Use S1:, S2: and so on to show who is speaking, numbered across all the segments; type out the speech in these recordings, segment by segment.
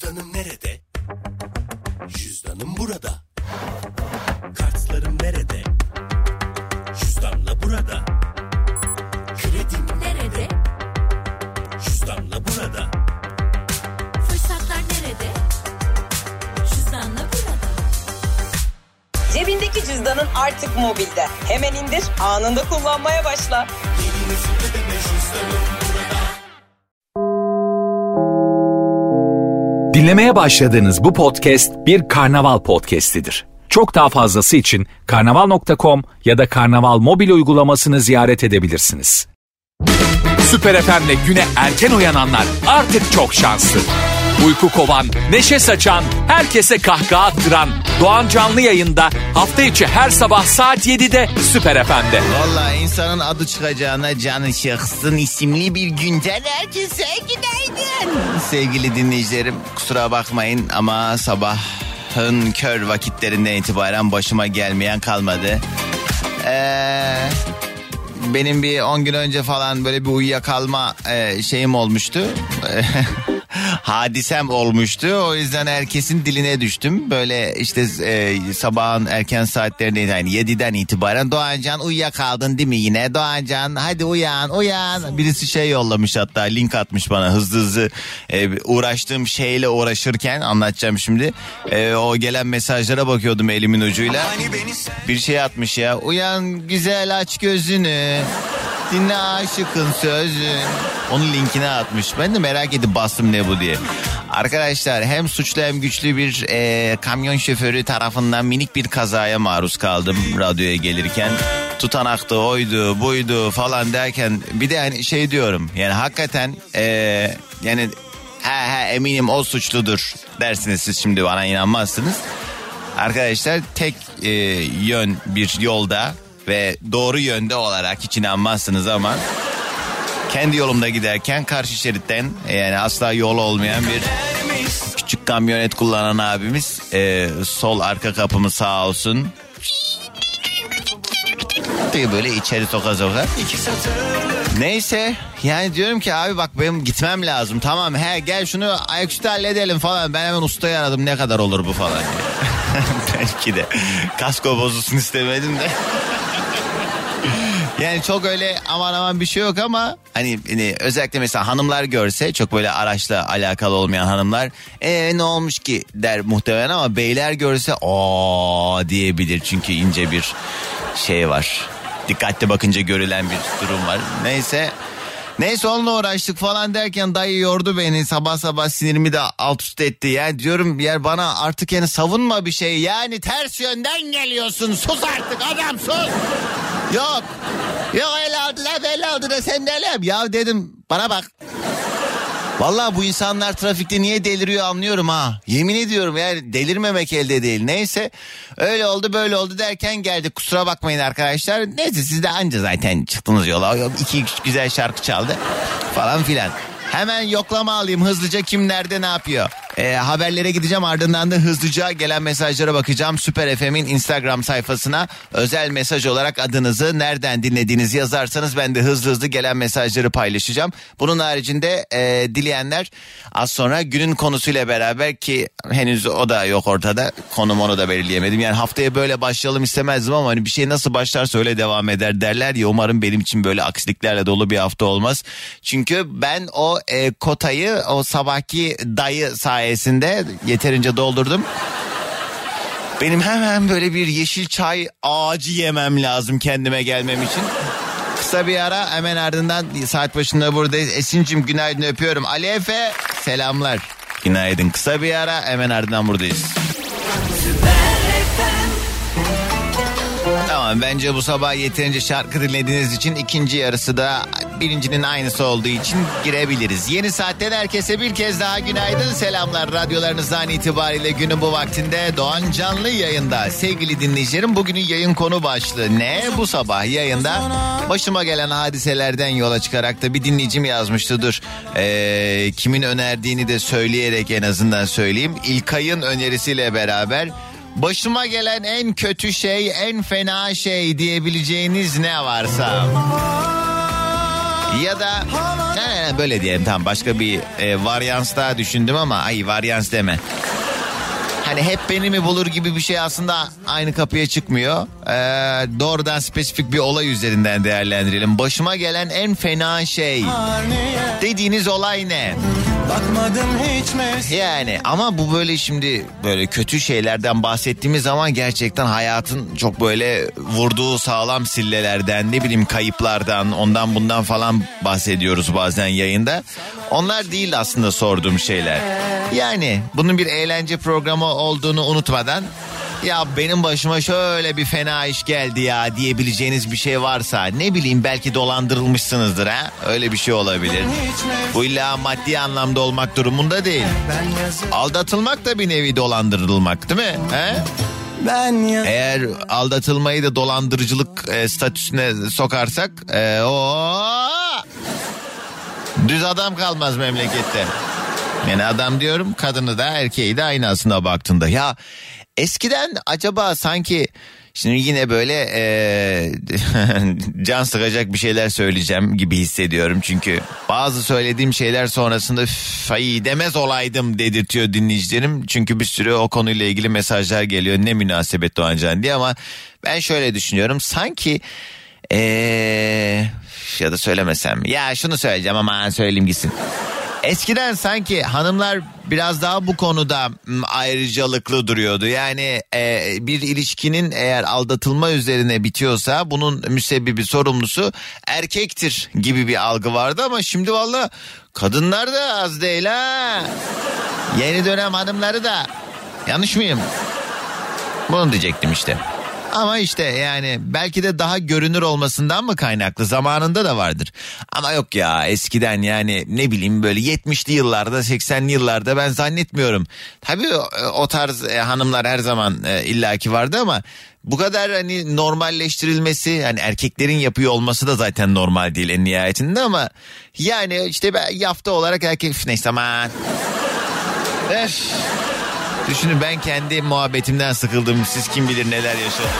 S1: Cüzdanım nerede? Cüzdanım burada. Kartlarım nerede? Cüzdanla burada. Kredim nerede? Cüzdanla burada.
S2: Fırsatlar nerede? Cüzdanla burada.
S3: Cebindeki cüzdanın artık mobilde. Hemen indir, anında kullanmaya başla.
S1: Yeni nesil ödeme cüzdanım burada.
S4: Dinlemeye başladığınız bu podcast bir Karnaval podcastidir. Çok daha fazlası için karnaval.com ya da Karnaval mobil uygulamasını ziyaret edebilirsiniz. Süper FM'le güne erken uyananlar artık çok şanslı. Uyku kovan, neşe saçan, herkese kahkaha attıran Doğan Canlı Yayında hafta içi her sabah saat 7'de Süper FM'de.
S5: Vallahi insanın adı çıkacağına canı çıksın isimli bir günden herkese günaydın. Sevgili dinleyicilerim, kusura bakmayın ama sabahın kör vakitlerinden itibaren başıma gelmeyen kalmadı. Benim bir 10 gün önce falan böyle bir uyuyakalma şeyim olmuştu. Hadisem olmuştu. O yüzden herkesin diline düştüm. Böyle işte sabahın erken saatlerinde yani 7'den itibaren Doğancan uyuyakaldın değil mi yine? Doğancan hadi uyan. Birisi şey yollamış, hatta link atmış bana hızlı uğraştığım şeyle uğraşırken, anlatacağım şimdi. O gelen mesajlara bakıyordum elimin ucuyla. Bir şey atmış ya. Uyan güzel, aç gözünü. Dinle aşıkın sözün. Onun linkine atmış. Ben de merak edip bastım ne bu diye. Arkadaşlar hem suçlu hem güçlü bir kamyon şoförü tarafından minik bir kazaya maruz kaldım radyoya gelirken. Tutanaktı, oydu, buydu falan derken bir de hani şey diyorum. Yani hakikaten yani eminim o suçludur dersiniz siz, şimdi bana inanmazsınız. Arkadaşlar tek yön bir yolda ve doğru yönde olarak hiç inanmazsınız ama kendi yolumda giderken karşı şeritten yani asla yol olmayan bir küçük kamyonet kullanan abimiz sol arka kapımı sağ olsun diye böyle içeri soka. Neyse yani diyorum ki abi bak benim gitmem lazım, tamam gel şunu ayaküstü halledelim falan, ben hemen ustayı aradım, ne kadar olur bu falan. Belki de kasko bozulsun istemedim de. Yani çok öyle aman bir şey yok ama hani özellikle mesela hanımlar görse, çok böyle araçla alakalı olmayan hanımlar ne olmuş ki der muhtemelen, ama beyler görse diyebilir çünkü ince bir şey var. Dikkatli bakınca görülen bir durum var. Neyse onunla uğraştık falan derken dayı yordu beni, sabah sinirimi de alt üst etti. Yani diyorum yer bana artık yani savunma bir şey, yani ters yönden geliyorsun, sus artık adam sus. Yok el aldı da sen de elem. Ya dedim bana bak. Vallahi bu insanlar trafikte niye deliriyor anlıyorum ha. Yemin ediyorum yani delirmemek elde değil. Neyse öyle oldu böyle oldu derken geldik, kusura bakmayın arkadaşlar. Neyse siz de anca zaten çıktınız yola. 2 güzel şarkı çaldı falan filan. Hemen yoklama alayım hızlıca, kim nerede ne yapıyor. Haberlere gideceğim, ardından da hızlıca gelen mesajlara bakacağım. Süper FM'in Instagram sayfasına özel mesaj olarak adınızı, nereden dinlediğinizi yazarsanız ben de hızlı gelen mesajları paylaşacağım. Bunun haricinde dileyenler az sonra günün konusuyla beraber, ki henüz o da yok ortada, onu da belirleyemedim. Yani haftaya böyle başlayalım istemezdim ama hani bir şey nasıl başlarsa öyle devam eder derler ya, umarım benim için böyle aksiliklerle dolu bir hafta olmaz. Çünkü ben o kotayı o sabahki dayı sayesinde yeterince doldurdum. Benim hemen böyle bir yeşil çay ağacı yemem lazım kendime gelmem için. Kısa bir ara, hemen ardından saat başında buradayız. Esin'cim günaydın, öpüyorum. Ali Efe selamlar. Günaydın. Kısa bir ara, hemen ardından buradayız. Tamam, bence bu sabah yeterince şarkı dinlediğiniz için ikinci yarısı da birincinin aynısı olduğu için girebiliriz. Yeni saatten herkese bir kez daha günaydın, selamlar. Radyolarınızdan itibariyle günün bu vaktinde Doğan Canlı Yayında. Sevgili dinleyicilerim, bugünün yayın konu başlığı ne? Bu sabah yayında başıma gelen hadiselerden yola çıkarak da bir dinleyicim yazmıştı. Dur kimin önerdiğini de söyleyerek en azından söyleyeyim. İlkay'ın önerisiyle beraber başıma gelen en kötü şey, en fena şey diyebileceğiniz ne varsa. Ya da böyle diyelim, tam başka bir varyans daha düşündüm ama varyans deme. Hani hep beni mi bulur gibi bir şey aslında aynı kapıya çıkmıyor. Doğrudan spesifik bir olay üzerinden değerlendirelim. Başıma gelen en fena şey dediğiniz olay ne? Yani ama bu böyle şimdi böyle kötü şeylerden bahsettiğimiz zaman gerçekten hayatın çok böyle vurduğu sağlam sillelerden, ne bileyim kayıplardan, ondan bundan falan bahsediyoruz bazen yayında. Onlar değil aslında sorduğum şeyler. Yani bunun bir eğlence programı olduğunu unutmadan, ya benim başıma şöyle bir fena iş geldi ya diyebileceğiniz bir şey varsa, ne bileyim belki dolandırılmışsınızdır ha, öyle bir şey olabilir. Bu illa maddi anlamda olmak durumunda değil. Aldatılmak da bir nevi dolandırılmak değil mi? He? Eğer aldatılmayı da dolandırıcılık statüsüne sokarsak düz adam kalmaz memlekette. Yani adam diyorum, kadını da erkeği de aynı aslında baktığında. Ya eskiden acaba sanki, şimdi yine böyle can sıkacak bir şeyler söyleyeceğim gibi hissediyorum. Çünkü bazı söylediğim şeyler sonrasında demez olaydım dedirtiyor dinleyicilerim. Çünkü bir sürü o konuyla ilgili mesajlar geliyor, ne münasebet Doğancan diye. Ama ben şöyle düşünüyorum, sanki ya da söylemesem, ya şunu söyleyeceğim ama söyleyeyim gitsin. Eskiden sanki hanımlar biraz daha bu konuda ayrıcalıklı duruyordu. Yani bir ilişkinin eğer aldatılma üzerine bitiyorsa bunun müsebbibi, sorumlusu erkektir gibi bir algı vardı. Ama şimdi valla kadınlar da az değil ha. Yeni dönem hanımları da. Yanlış mıyım? Bunu diyecektim işte. Ama işte yani belki de daha görünür olmasından mı kaynaklı, zamanında da vardır. Ama yok ya, eskiden yani ne bileyim böyle 70'li yıllarda, 80'li yıllarda ben zannetmiyorum. Tabii o tarz hanımlar her zaman illaki vardı ama bu kadar hani normalleştirilmesi, hani erkeklerin yapıyor olması da zaten normal değil en nihayetinde. Ama yani işte ben yafta olarak erkek, neyse aman. Düşünün, ben kendi muhabbetimden sıkıldım. Siz kim bilir neler yaşadınız.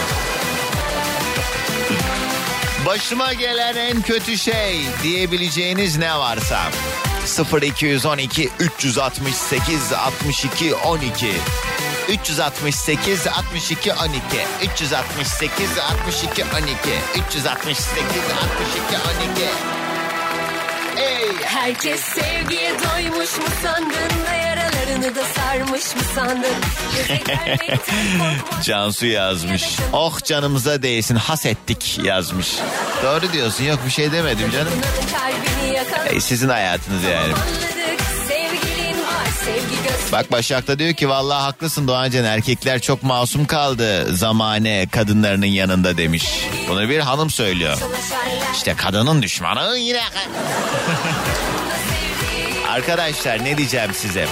S5: Başıma gelen en kötü şey diyebileceğiniz ne varsa 0212 368 62 12 368 62 12 368 62 12 368 62 12.
S6: Herkes sevgiye doymuş mu sandın da yaralarını da sarmış mı sandın?
S5: Cansu yazmış. Oh canımıza değsin, has ettik yazmış. Doğru diyorsun, yok bir şey demedim canım. Sizin hayatınız yani. Bak Başak da diyor ki vallahi haklısın Doğancan, erkekler çok masum kaldı zamane kadınlarının yanında demiş. Bunu bir hanım söylüyor. İşte kadının düşmanı yine. Arkadaşlar ne diyeceğim size?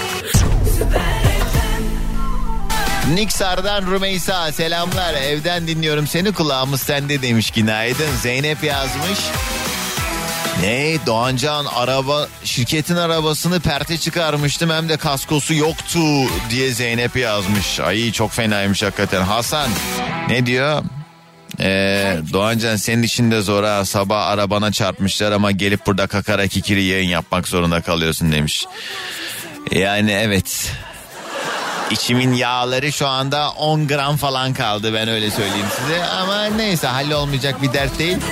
S5: Niksar'dan Rümeysa selamlar, evden dinliyorum seni, kulağımız sende demiş, günaydın. Zeynep yazmış. Ne Doğancan, şirketin arabasını perte çıkarmıştım, hem de kaskosu yoktu diye Zeynep yazmış. Ay çok fenaymış hakikaten. Hasan ne diyor? Doğancan senin için de zor ha, sabah arabana çarpmışlar ama gelip burada kakara kikiri yayın yapmak zorunda kalıyorsun demiş. Yani evet, İçimin yağları şu anda 10 gram falan kaldı, ben öyle söyleyeyim size. Ama neyse, hallolmayacak bir dert değil.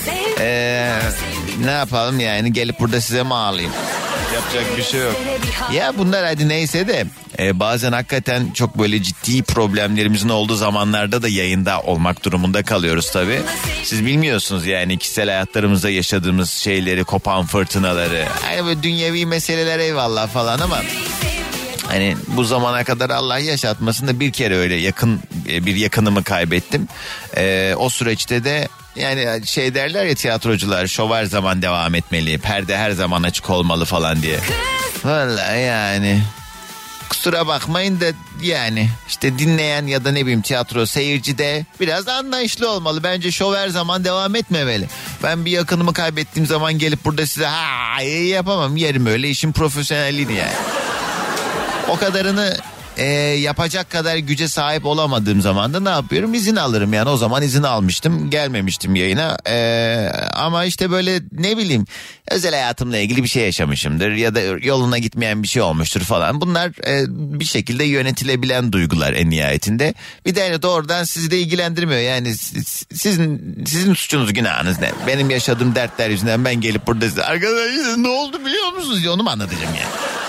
S5: Ne yapalım yani, gelip burada size mi ağlayayım? Yapacak bir şey yok. Ya bunlar hadi neyse de bazen hakikaten çok böyle ciddi problemlerimizin olduğu zamanlarda da yayında olmak durumunda kalıyoruz tabii. Siz bilmiyorsunuz yani kişisel hayatlarımızda yaşadığımız şeyleri, kopan fırtınaları. Yani böyle dünyevi meseleler eyvallah falan ama hani bu zamana kadar Allah yaşatmasın da bir kere öyle bir yakınımı kaybettim. O süreçte de yani şey derler ya tiyatrocular, şov her zaman devam etmeli, perde her zaman açık olmalı falan diye. Vallahi yani kusura bakmayın da yani işte dinleyen ya da ne bileyim tiyatro seyirci de biraz anlayışlı olmalı. Bence şov her zaman devam etmemeli. Ben bir yakınımı kaybettiğim zaman gelip burada size yapamam, yerim öyle işin profesyonelliğini yani. O kadarını yapacak kadar güce sahip olamadığım zaman da ne yapıyorum? İzin alırım yani. O zaman izin almıştım, gelmemiştim yayına. Ama işte böyle ne bileyim, özel hayatımla ilgili bir şey yaşamışımdır ya da yoluna gitmeyen bir şey olmuştur falan. Bunlar bir şekilde yönetilebilen duygular en nihayetinde. Bir de yani doğrudan sizi de ilgilendirmiyor. Yani sizin suçunuz, günahınız ne? Benim yaşadığım dertler yüzünden ben gelip burada size arkadaşlar ne oldu biliyor musunuz diye onu mu anlatacağım yani?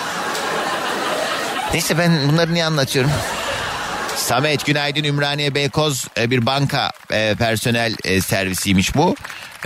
S5: Neyse, ben bunları niye anlatıyorum? Samet günaydın, Ümraniye Beykoz bir banka personel servisiymiş bu.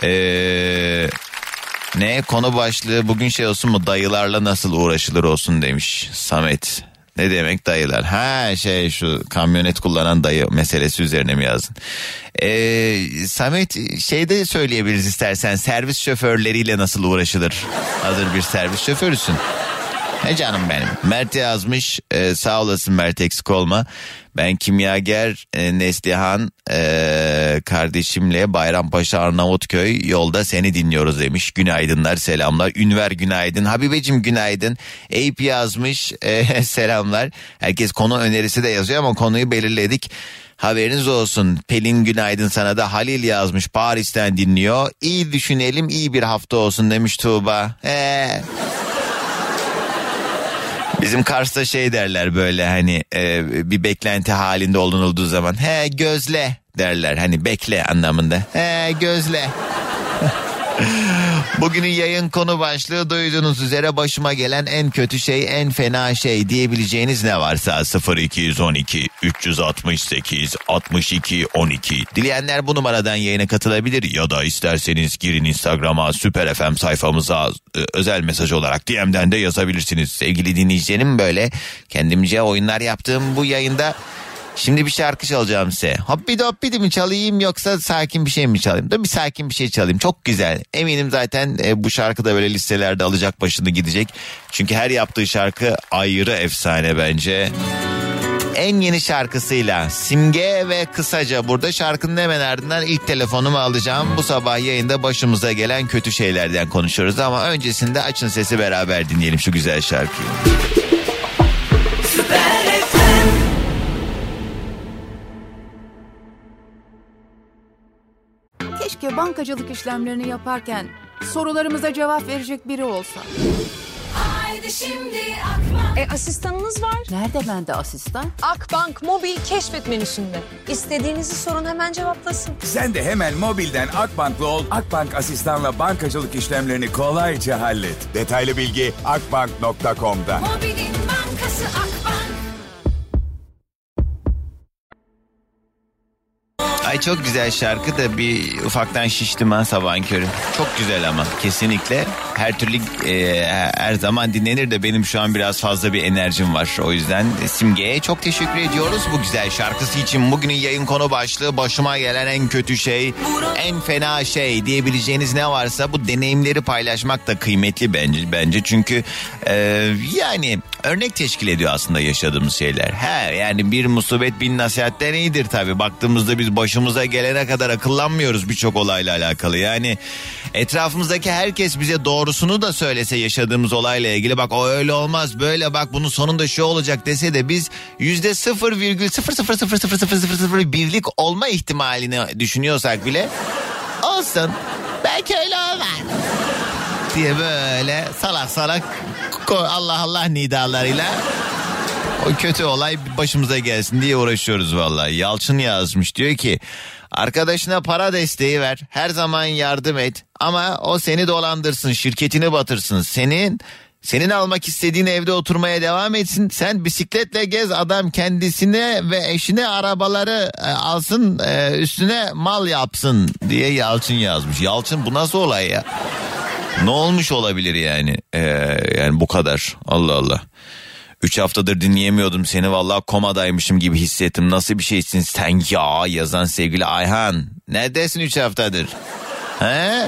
S5: Ne konu başlığı bugün şey olsun mu, dayılarla nasıl uğraşılır olsun demiş Samet. Ne demek dayılar? Şu kamyonet kullanan dayı meselesi üzerine mi yazdın? Samet de söyleyebiliriz istersen, servis şoförleriyle nasıl uğraşılır? Hazır bir servis şoförüsün. Canım benim. Mert yazmış, sağ olasın Mert, eksik olma. Ben kimyager Neslihan kardeşimle Bayrampaşa Arnavutköy yolda seni dinliyoruz demiş. Günaydınlar, selamlar. Ünver günaydın. Habibeciğim günaydın. Eyüp yazmış, selamlar. Herkes konu önerisi de yazıyor ama konuyu belirledik. Haberiniz olsun. Pelin günaydın sana da. Halil yazmış, Paris'ten dinliyor. İyi düşünelim, iyi bir hafta olsun demiş Tuğba. Bizim Kars'ta derler böyle hani bir beklenti halinde olunulduğu zaman. Gözle derler, hani bekle anlamında. Gözle. Bugünün yayın konu başlığı duyduğunuz üzere başıma gelen en kötü şey, en fena şey diyebileceğiniz ne varsa 0212 368 62 12. Dileyenler bu numaradan yayına katılabilir ya da isterseniz girin Instagram'a, Süper FM sayfamıza özel mesaj olarak DM'den de yazabilirsiniz. Sevgili dinleyicilerim, böyle kendimce oyunlar yaptığım bu yayında şimdi bir şarkı çalacağım size. Hoppidi mi çalayım yoksa sakin bir şey mi çalayım? Da bir sakin bir şey çalayım. Çok güzel. Eminim zaten bu şarkı da böyle listelerde alacak başını gidecek. Çünkü her yaptığı şarkı ayrı efsane bence. En yeni şarkısıyla Simge ve Kısaca burada. Şarkının hemen ardından ilk telefonumu alacağım. Bu sabah yayında başımıza gelen kötü şeylerden konuşuyoruz ama öncesinde açın sesi, beraber dinleyelim şu güzel şarkıyı.
S7: Keşke bankacılık işlemlerini yaparken sorularımıza cevap verecek biri olsa.
S2: Haydi şimdi Akbank.
S6: Asistanınız var.
S7: Nerede bende asistan?
S6: Akbank mobil keşfet menüsünde. İstediğinizi sorun, hemen cevaplasın.
S8: Sen de hemen mobilden Akbank'lı ol. Akbank asistanla bankacılık işlemlerini kolayca hallet. Detaylı bilgi akbank.com'da.
S2: Mobilin bankası Akbank.
S5: Ay çok güzel şarkı da bir ufaktan şiştim ha sabahın körü. Çok güzel ama kesinlikle her türlü her zaman dinlenir de benim şu an biraz fazla bir enerjim var. O yüzden Simge'ye çok teşekkür ediyoruz bu güzel şarkısı için. Bugünün yayın konu başlığı başıma gelen en kötü şey, en fena şey diyebileceğiniz ne varsa bu deneyimleri paylaşmak da kıymetli bence. Çünkü yani örnek teşkil ediyor aslında yaşadığımız şeyler. Yani bir musibet bin nasihatten iyidir tabii. Baktığımızda biz başımıza gelene kadar akıllanmıyoruz birçok olayla alakalı. Yani etrafımızdaki herkes bize doğrusunu da söylese yaşadığımız olayla ilgili, bak o öyle olmaz böyle, bak bunun sonunda şu olacak dese de biz %0,0000001'lik olma ihtimalini düşünüyorsak bile olsun belki öyle olmaz diye böyle salak Allah nidalarıyla o kötü olay başımıza gelsin diye uğraşıyoruz vallahi. Yalçın yazmış, diyor ki arkadaşına para desteği ver, her zaman yardım et ama o seni dolandırsın, şirketini batırsın, senin almak istediğin evde oturmaya devam etsin, sen bisikletle gez, adam kendisine ve eşine arabaları alsın, üstüne mal yapsın diye Yalçın yazmış. Yalçın, bu nasıl olay ya? Ne olmuş olabilir yani? Yani bu kadar. Allah Allah. 3 haftadır dinleyemiyordum seni, vallahi komadaymışım gibi hissettim. Nasıl bir şeysin sen ya, yazan sevgili Ayhan. Neredesin 3 haftadır? He?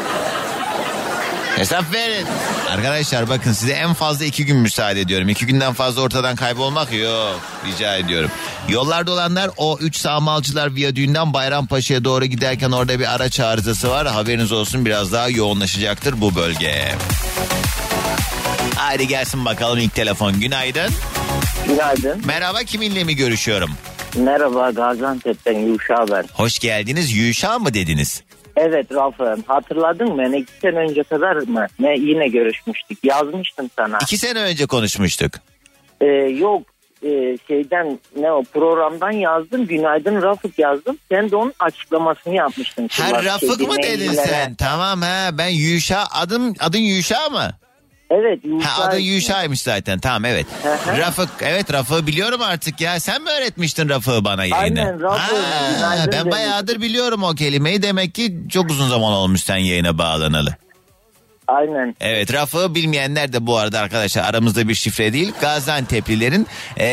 S5: Hesap verin. Arkadaşlar bakın, size en fazla 2 gün müsaade ediyorum. 2 günden fazla ortadan kaybolmak yok. Rica ediyorum. Yollarda olanlar, o 3 Sağmalcılar Viyadüğü'nden Bayrampaşa'ya doğru giderken orada bir araç arızası var. Haberiniz olsun, biraz daha yoğunlaşacaktır bu bölge. Hadi gelsin bakalım ilk telefon. Günaydın.
S9: Günaydın.
S5: Merhaba, kiminle mi görüşüyorum?
S9: Merhaba, Gaziantep'ten Yuşa ben.
S5: Hoş geldiniz. Yuşa mı dediniz?
S9: Evet Rafım, hatırladın mı? 2 sene önce kadar mı? Yine görüşmüştük. Yazmıştım sana.
S5: 2 sene önce konuşmuştuk.
S9: Yok o programdan yazdım. Günaydın Rafık yazdım. Sen de onun açıklamasını yapmıştın.
S5: Her Rafık mı dedin sen? Tamam ben Yuşa, adın Yuşa mı?
S9: Evet Yuşa.
S5: Adı Yuşa'ymış zaten, tamam evet. Rafık, evet Rafık'ı biliyorum artık ya. Sen mi öğretmiştin Rafık'ı bana yayını?
S9: Aynen Rafık.
S5: Ben bayağıdır biliyorum o kelimeyi. Demek ki çok uzun zaman olmuş sen yayına bağlanalı.
S9: Aynen.
S5: Evet, Rafık'ı bilmeyenler de bu arada arkadaşlar, aramızda bir şifre değil. Gaziantep'lilerin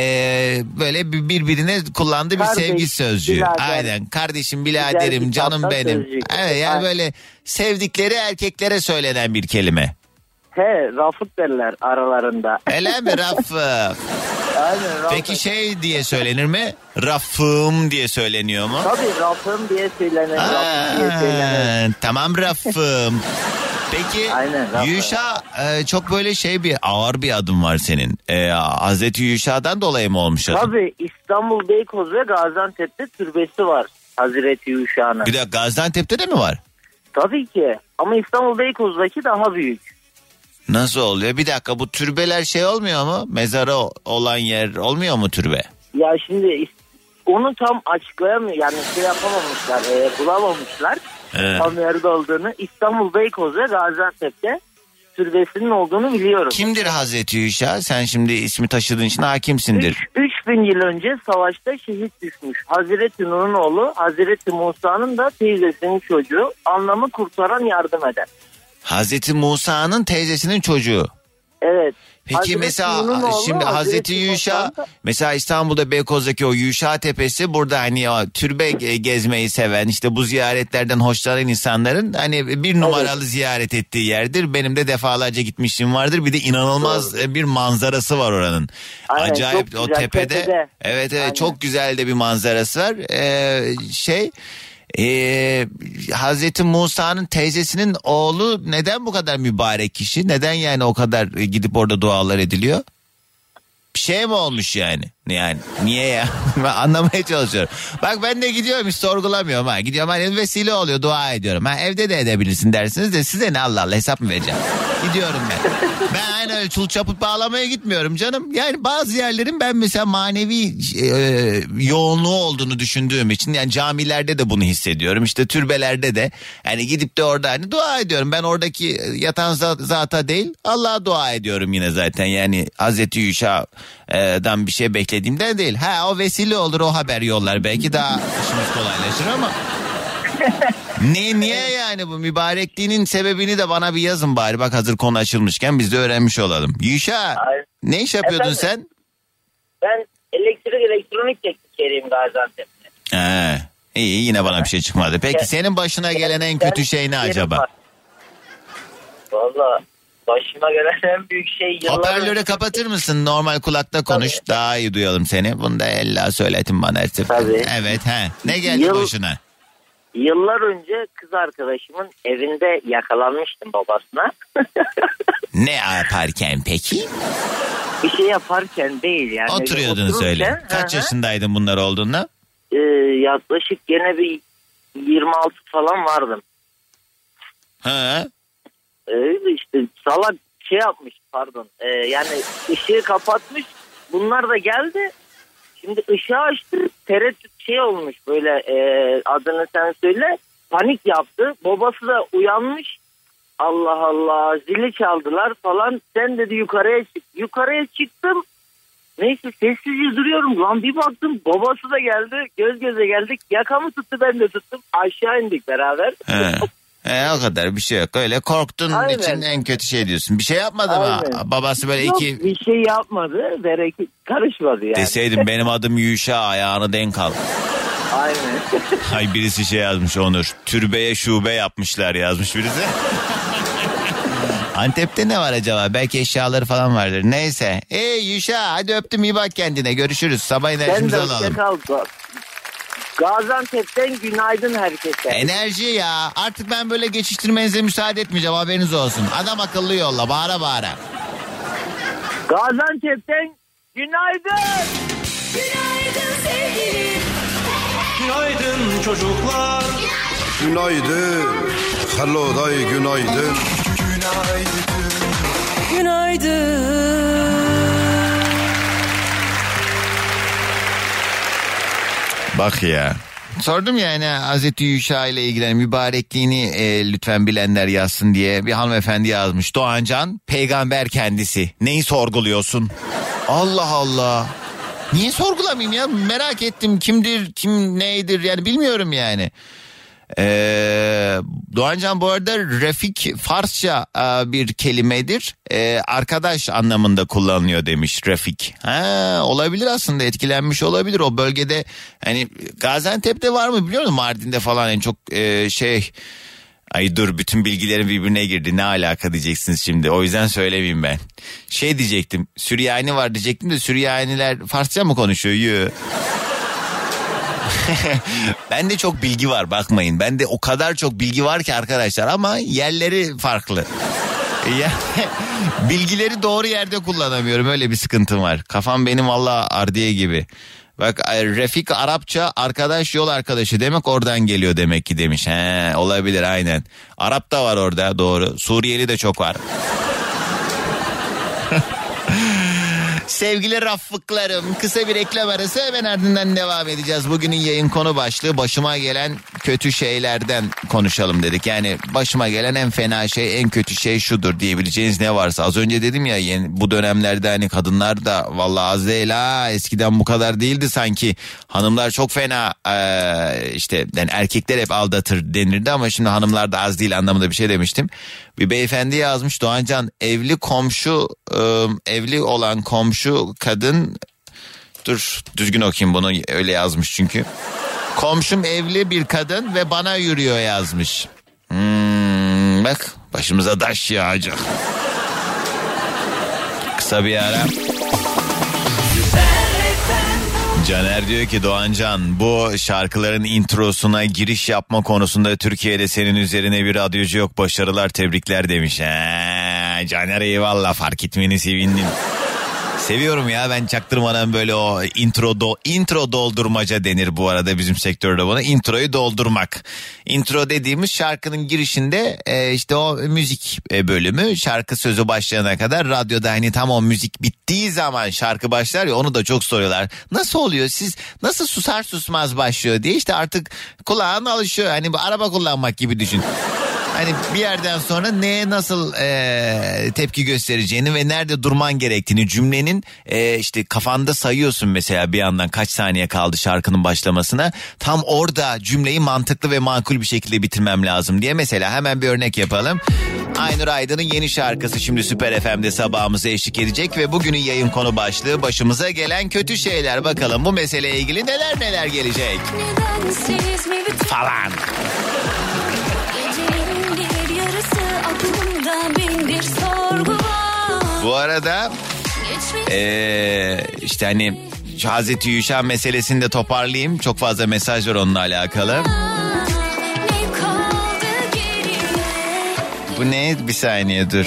S5: böyle birbirine kullandığı bir sevgi sözcüğü.
S9: Birader.
S5: Aynen, kardeşim, biraderim, canım benim.
S9: Sözcük.
S5: Evet yani böyle sevdikleri erkeklere söylenen bir kelime.
S9: Rafık derler aralarında.
S5: Öyle mi Rafık?
S9: Aynen Rafık.
S5: Peki diye söylenir mi? Rafım diye söyleniyor mu?
S9: Tabii Rafım diye söylenir. Rafım diye söylenir.
S5: Tamam Rafım. Peki
S9: Aynen,
S5: Yuşa çok böyle ağır bir adım var senin. Hazreti Yuşa'dan dolayı mı olmuş adım?
S9: Tabii İstanbul Beykoz ve Gaziantep'te türbesi var Hazreti Yuşa'nın.
S5: Bir de Gaziantep'te de mi var?
S9: Tabii ki ama İstanbul Beykoz'daki daha büyük.
S5: Nasıl oluyor? Bir dakika, bu türbeler olmuyor mu? Mezarı olan yer olmuyor mu türbe?
S9: Ya şimdi onu tam açıklayamıyor. Yani yapamamışlar, bulamamışlar. Tam yerde olduğunu. İstanbul Beykoz ve Gaziantep'te türbesinin olduğunu biliyorum.
S5: Kimdir Hazreti Yuşa? Sen şimdi ismi taşıdığın için hakimsindir.
S9: 3000 yıl önce savaşta şehit düşmüş. Hazreti Nuh'un oğlu, Hazreti Musa'nın da teyzesinin çocuğu. Anlamı kurtaran, yardım eden.
S5: Hazreti Musa'nın teyzesinin çocuğu.
S9: Evet.
S5: Peki
S9: Hazreti
S5: mesela şimdi Hazreti Yuşa, mesela İstanbul'da Beykoz'daki o Yuşa Tepesi, burada hani o türbe gezmeyi seven, işte bu ziyaretlerden hoşlanan insanların hani bir numaralı ziyaret ettiği yerdir. Benim de defalarca gitmişliğim vardır. Bir de inanılmaz bir manzarası var oranın.
S9: Aynen,
S5: acayip o tepede. Evet
S9: Aynen.
S5: Çok güzel de bir manzarası var. Hazreti Musa'nın teyzesinin oğlu neden bu kadar mübarek kişi? Neden yani o kadar gidip orada dualar ediliyor? Bir şey mi olmuş yani? Yani niye ya? Ben anlamaya çalışıyorum. Bak ben de gidiyorum, hiç sorgulamıyorum ha. Gidiyorum hani vesile oluyor, dua ediyorum. Evde de edebilirsin dersiniz de size ne, Allah Allah, hesap mı vereceğim? Gidiyorum ben. Ben aynen öyle çul çaput bağlamaya gitmiyorum canım. Yani bazı yerlerin ben mesela manevi yoğunluğu olduğunu düşündüğüm için, yani camilerde de bunu hissediyorum. İşte türbelerde de hani gidip de orada hani dua ediyorum. Ben oradaki yatan zata değil, Allah'a dua ediyorum yine zaten. Yani Hazreti Yuşa'dan bir şey beklediğimden değil. O vesile olur, o haber yollar, belki daha işimiz kolaylaşır ama niye yani bu mübarekliğinin sebebini de bana bir yazın bari. Bak hazır konu açılmışken biz de öğrenmiş olalım. Yuşa, ne iş yapıyordun sen?
S9: Ben elektronik teknikeriyim Gaziantep'te.
S5: İyi, yine bana bir şey çıkmadı. Peki senin başına gelen en kötü şey ne acaba?
S9: Valla başıma gelen en büyük şey
S5: Hoparlörü kapatır mısın? Normal kulakta konuş. Tabii. Daha iyi duyalım seni. Bunu da ella söyletin bana her seferinde. Evet. Ne geldi başına?
S9: Yıllar önce kız arkadaşımın evinde yakalanmıştım babasına.
S5: Ne yaparken peki?
S9: Bir şey yaparken değil yani.
S5: Oturuyordun söyle. Kaç yaşındaydın bunlar olduğunda?
S9: Yaklaşık gene bir 26 falan vardım. İşte salak yapmış pardon. Yani ışığı kapatmış. Bunlar da geldi. Şimdi ışığı açtı. Tereddüt olmuş böyle, adını sen söyle. Panik yaptı. Babası da uyanmış. Allah Allah, zili çaldılar falan. Sen dedi yukarıya çık. Yukarıya çıktım. Neyse sessizce duruyorum. Lan bir baktım babası da geldi. Göz göze geldik. Yakamı tuttu, ben de tuttum. Aşağı indik beraber.
S5: O kadar bir şey yok. Öyle korktuğun için en kötü şey diyorsun. Bir şey yapmadı mı? Babası böyle
S9: yok, bir şey yapmadı. Karışmadı yani.
S5: Deseydim benim adım Yuşa, ayağını denk al.
S9: Aynen.
S5: Hay birisi yazmış Onur. Türbeye şube yapmışlar yazmış birisi. Antep'te ne var acaba? Belki eşyaları falan vardır. Neyse. Yuşa, hadi öptüm, iyi bak kendine. Görüşürüz. Sabah enerjimizi alalım.
S9: Gaziantep'ten günaydın herkese.
S5: Enerji ya. Artık ben böyle geçiştirmenize müsaade etmeyeceğim, haberiniz olsun. Adam akıllı yolla, bağıra bağıra.
S9: Gaziantep'ten Günaydın.
S2: Günaydın sevgilim.
S1: Günaydın çocuklar.
S10: Günaydın. Hello day günaydın.
S6: Günaydın.
S5: Bak ya. Sordum ya hani Hazreti Yuşa ile ilgili mübarekliğini lütfen bilenler yazsın diye bir hanımefendi yazmış. Doğancan peygamber kendisi. Neyi sorguluyorsun? Allah Allah. Niye sorgulamayayım ya? Merak ettim kimdir, kim neydir yani bilmiyorum yani. Doğancan bu arada Refik Farsça bir kelimedir. Arkadaş anlamında kullanılıyor demiş Refik. Olabilir aslında, etkilenmiş olabilir o bölgede. Hani Gaziantep'te var mı biliyor musun? Mardin'de falan en çok Ay dur, bütün bilgilerim birbirine girdi, ne alaka diyeceksiniz şimdi, o yüzden söylemeyeyim ben. Diyecektim, Süryani var diyecektim de Süryaniler Farsça mı konuşuyor? Yoo. Bende çok bilgi var, bakmayın. Bende o kadar çok bilgi var ki arkadaşlar, ama yerleri farklı. Bilgileri doğru yerde kullanamıyorum, öyle bir sıkıntım var. Kafam benim vallahi ardiye gibi. Bak Refik Arapça arkadaş, yol arkadaşı demek, oradan geliyor demek ki demiş. Olabilir aynen. Arap da var orada, doğru. Suriyeli de çok var. Sevgili Raffıklarım, kısa bir reklam arası, hemen ardından devam edeceğiz. Bugünün yayın konu başlığı başıma gelen kötü şeylerden konuşalım dedik. Yani başıma gelen en fena şey, en kötü şey şudur diyebileceğiniz ne varsa. Az önce dedim ya, bu dönemlerde hani kadınlar da vallahi az değil ha, eskiden bu kadar değildi sanki. Hanımlar çok fena işte yani erkekler hep aldatır denirdi ama şimdi hanımlar da az değil anlamında bir şey demiştim. Bir beyefendi yazmış, Doğancan evli olan komşu kadın, dur düzgün okuyayım bunu, öyle yazmış çünkü. Komşum evli bir kadın ve bana yürüyor yazmış. Bak başımıza taş yağacak. Kısa bir ara. Caner diyor ki Doğancan, bu şarkıların introsuna giriş yapma konusunda Türkiye'de senin üzerine bir radyocu yok, başarılar, tebrikler demiş. Caner eyvallah, fark etmeni sevindim. Seviyorum ya ben çaktırmadan böyle o intro doldurmaca denir bu arada bizim sektörde buna. Introyu doldurmak. Intro dediğimiz şarkının girişinde işte o müzik bölümü, şarkı sözü başlayana kadar radyoda hani tam o müzik bittiği zaman şarkı başlar ya, onu da çok soruyorlar. Nasıl oluyor, siz nasıl susar susmaz başlıyor diye. İşte artık kulağın alışıyor, hani bu araba kullanmak gibi düşün. Hani bir yerden sonra neye nasıl tepki göstereceğini ve nerede durman gerektiğini, cümlenin işte kafanda sayıyorsun mesela bir yandan kaç saniye kaldı şarkının başlamasına. Tam orada cümleyi mantıklı ve makul bir şekilde bitirmem lazım diye. Mesela hemen bir örnek yapalım. Aynur Aydın'ın yeni şarkısı şimdi Süper FM'de sabahımıza eşlik edecek ve bugünün yayın konu başlığı başımıza gelen kötü şeyler. Bakalım bu meseleyle ilgili neler gelecek falan. Bu arada işte hani Hazreti Yuşa meselesini de toparlayayım. Çok fazla mesaj var onunla alakalı. Bu ne? Bir saniye dur.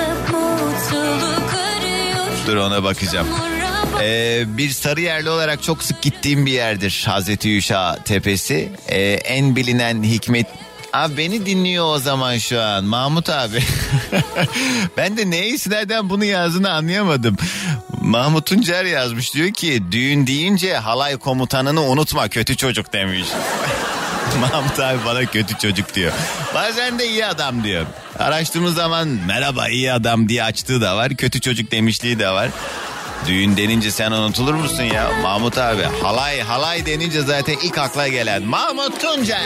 S5: Dur ona bakacağım. Bir Sarıyerli olarak çok sık gittiğim bir yerdir Hazreti Yuşa Tepesi. En bilinen hikmet... Abi beni dinliyor o zaman şu an Mahmut abi. Ben de neye istinaden bunu yazdığını anlayamadım. Mahmut Tuncer yazmış, diyor ki düğün deyince halay komutanını unutma kötü çocuk demiş. Mahmut abi bana kötü çocuk diyor. Bazen de iyi adam diyor. Araştırdığımız zaman merhaba iyi adam diye açtığı da var, kötü çocuk demişliği de var. Düğün denince sen unutulur musun ya Mahmut abi? Halay denince zaten ilk akla gelen Mahmut Tuncer.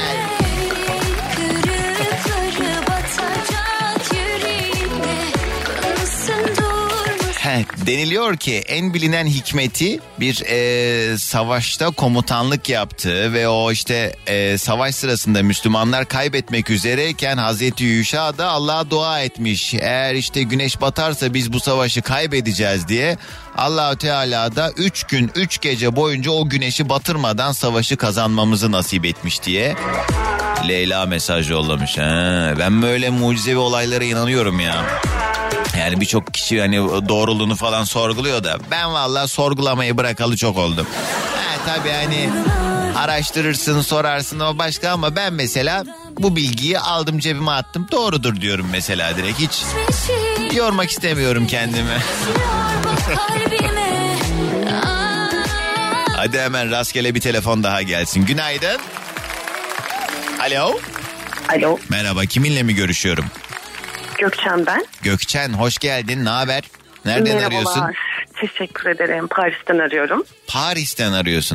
S5: Deniliyor ki en bilinen hikmeti bir savaşta komutanlık yaptığı ve o işte savaş sırasında Müslümanlar kaybetmek üzereyken Hazreti Yuşa da Allah'a dua etmiş. Eğer işte güneş batarsa biz bu savaşı kaybedeceğiz diye. Allah-u Teala da 3 gün 3 gece boyunca o güneşi batırmadan savaşı kazanmamızı nasip etmiş diye. Leyla mesaj yollamış. Ben böyle mucizevi olaylara inanıyorum ya. Yani birçok kişi hani doğruluğunu falan sorguluyor da ben vallahi sorgulamayı bırakalı çok oldum. Tabii hani araştırırsın, sorarsın, o başka, ama ben mesela bu bilgiyi aldım, cebime attım, doğrudur diyorum mesela direkt. Hiç yormak istemiyorum kendimi. Hadi hemen rastgele bir telefon daha gelsin. Günaydın. Alo.
S11: Alo.
S5: Merhaba, kiminle mi görüşüyorum?
S11: Gökçen ben.
S5: Gökçen, hoş geldin. Ne haber? Nereden
S11: Merhabalar.
S5: arıyorsun?
S11: Teşekkür ederim. Paris'ten arıyorum.
S5: Paris'ten arıyorsun.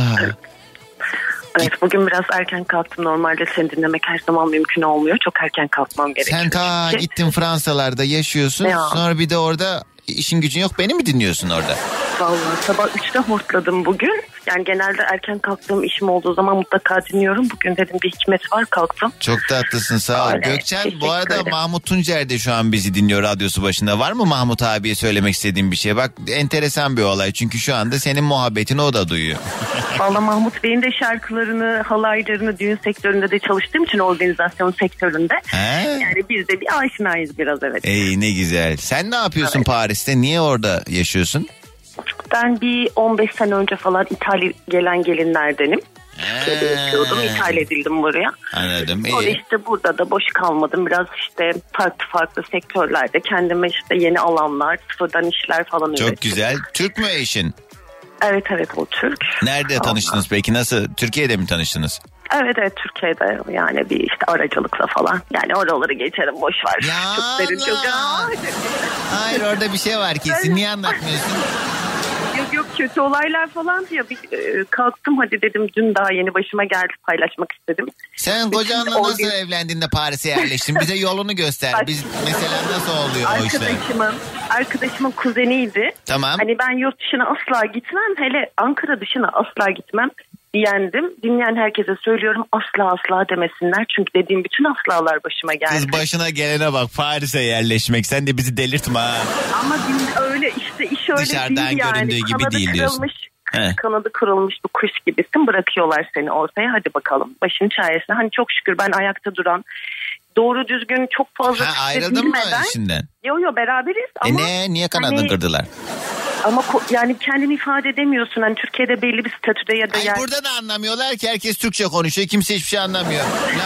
S11: Evet, bugün biraz erken kalktım. Normalde seni dinlemek her zaman mümkün olmuyor. Çok erken kalkmam gerekiyor.
S5: Sen ta gittin Fransalarda yaşıyorsun.
S11: Ya.
S5: Sonra bir de orada işin gücün yok. Beni mi dinliyorsun orada?
S11: Vallahi sabah 3'te hortladım bugün. Yani genelde erken kalktığım işim olduğu zaman mutlaka dinliyorum. Bugün dedim bir hikmet var, kalktım.
S5: Çok tatlısın, sağ ol.
S11: Öyle,
S5: Gökçen, bu arada Mahmut Tuncer de şu an bizi dinliyor radyosu başında. Var mı Mahmut abiye söylemek istediğin bir şey? Bak, enteresan bir olay. Çünkü şu anda senin muhabbetini o da duyuyor.
S11: Vallahi Mahmut Bey'in de şarkılarını, halaylarını, düğün sektöründe de çalıştığım için, organizasyon sektöründe. Yani biz de bir aşinayız biraz, evet.
S5: Ey ne güzel. Sen ne yapıyorsun Paris'te? Niye orada yaşıyorsun?
S11: Ben bir 15 sene önce falan İtalya gelen gelinlerdenim. Türkiye'de yaşıyordum, ithal edildim buraya.
S5: Anladım.
S11: Sonra işte burada da boş kalmadım. Biraz işte farklı sektörlerde kendime işte yeni alanlar, sıfırdan işler falan ürettim.
S5: Çok güzel. Türk mü eşin?
S11: Evet, o Türk.
S5: Nerede tanıştınız peki? Nasıl? Türkiye'de mi tanıştınız?
S11: Evet, Türkiye'de, yani bir işte aracılıkla falan. Yani oraları geçerim, boş ver.
S5: Ya
S11: çok derin, çok.
S5: Hayır, orada bir şey var kesin. Niye anlatmıyorsun?
S11: Yok kötü olaylar falan diyor. Kalktım, hadi dedim, dün daha yeni başıma geldi, paylaşmak istedim.
S5: Sen kocanla nasıl evlendin de Paris'e yerleştin? Bize yolunu göster. Biz mesela nasıl oluyor o işler?
S11: Arkadaşımın kuzeniydi.
S5: Tamam.
S11: Hani ben yurt dışına asla gitmem, hele Ankara dışına asla gitmem diyendim. Dinleyen herkese söylüyorum, asla demesinler. Çünkü dediğim bütün aslalar başıma geldi.
S5: Kız, başına gelene bak, Paris'e yerleşmek. Sen de bizi delirtme ha.
S11: Ama öyle işte, iş öyle
S5: dışarıdan
S11: değil yani.
S5: göründüğü gibi
S11: Kanadı
S5: değil diyorsun.
S11: Kanadı kırılmış bir kuş gibisin, bırakıyorlar seni ortaya, hadi bakalım başın çaresine. Hani çok şükür ben ayakta duran, doğru düzgün çok fazla
S5: ayrıldın mı işinden?
S11: Yo beraberiz ama.
S5: Niye kanadını kırdılar?
S11: Ama yani kendini ifade edemiyorsun. Hani Türkiye'de belli bir statüde ya da
S5: burada da anlamıyorlar ki, herkes Türkçe konuşuyor. Kimse hiçbir şey anlamıyor.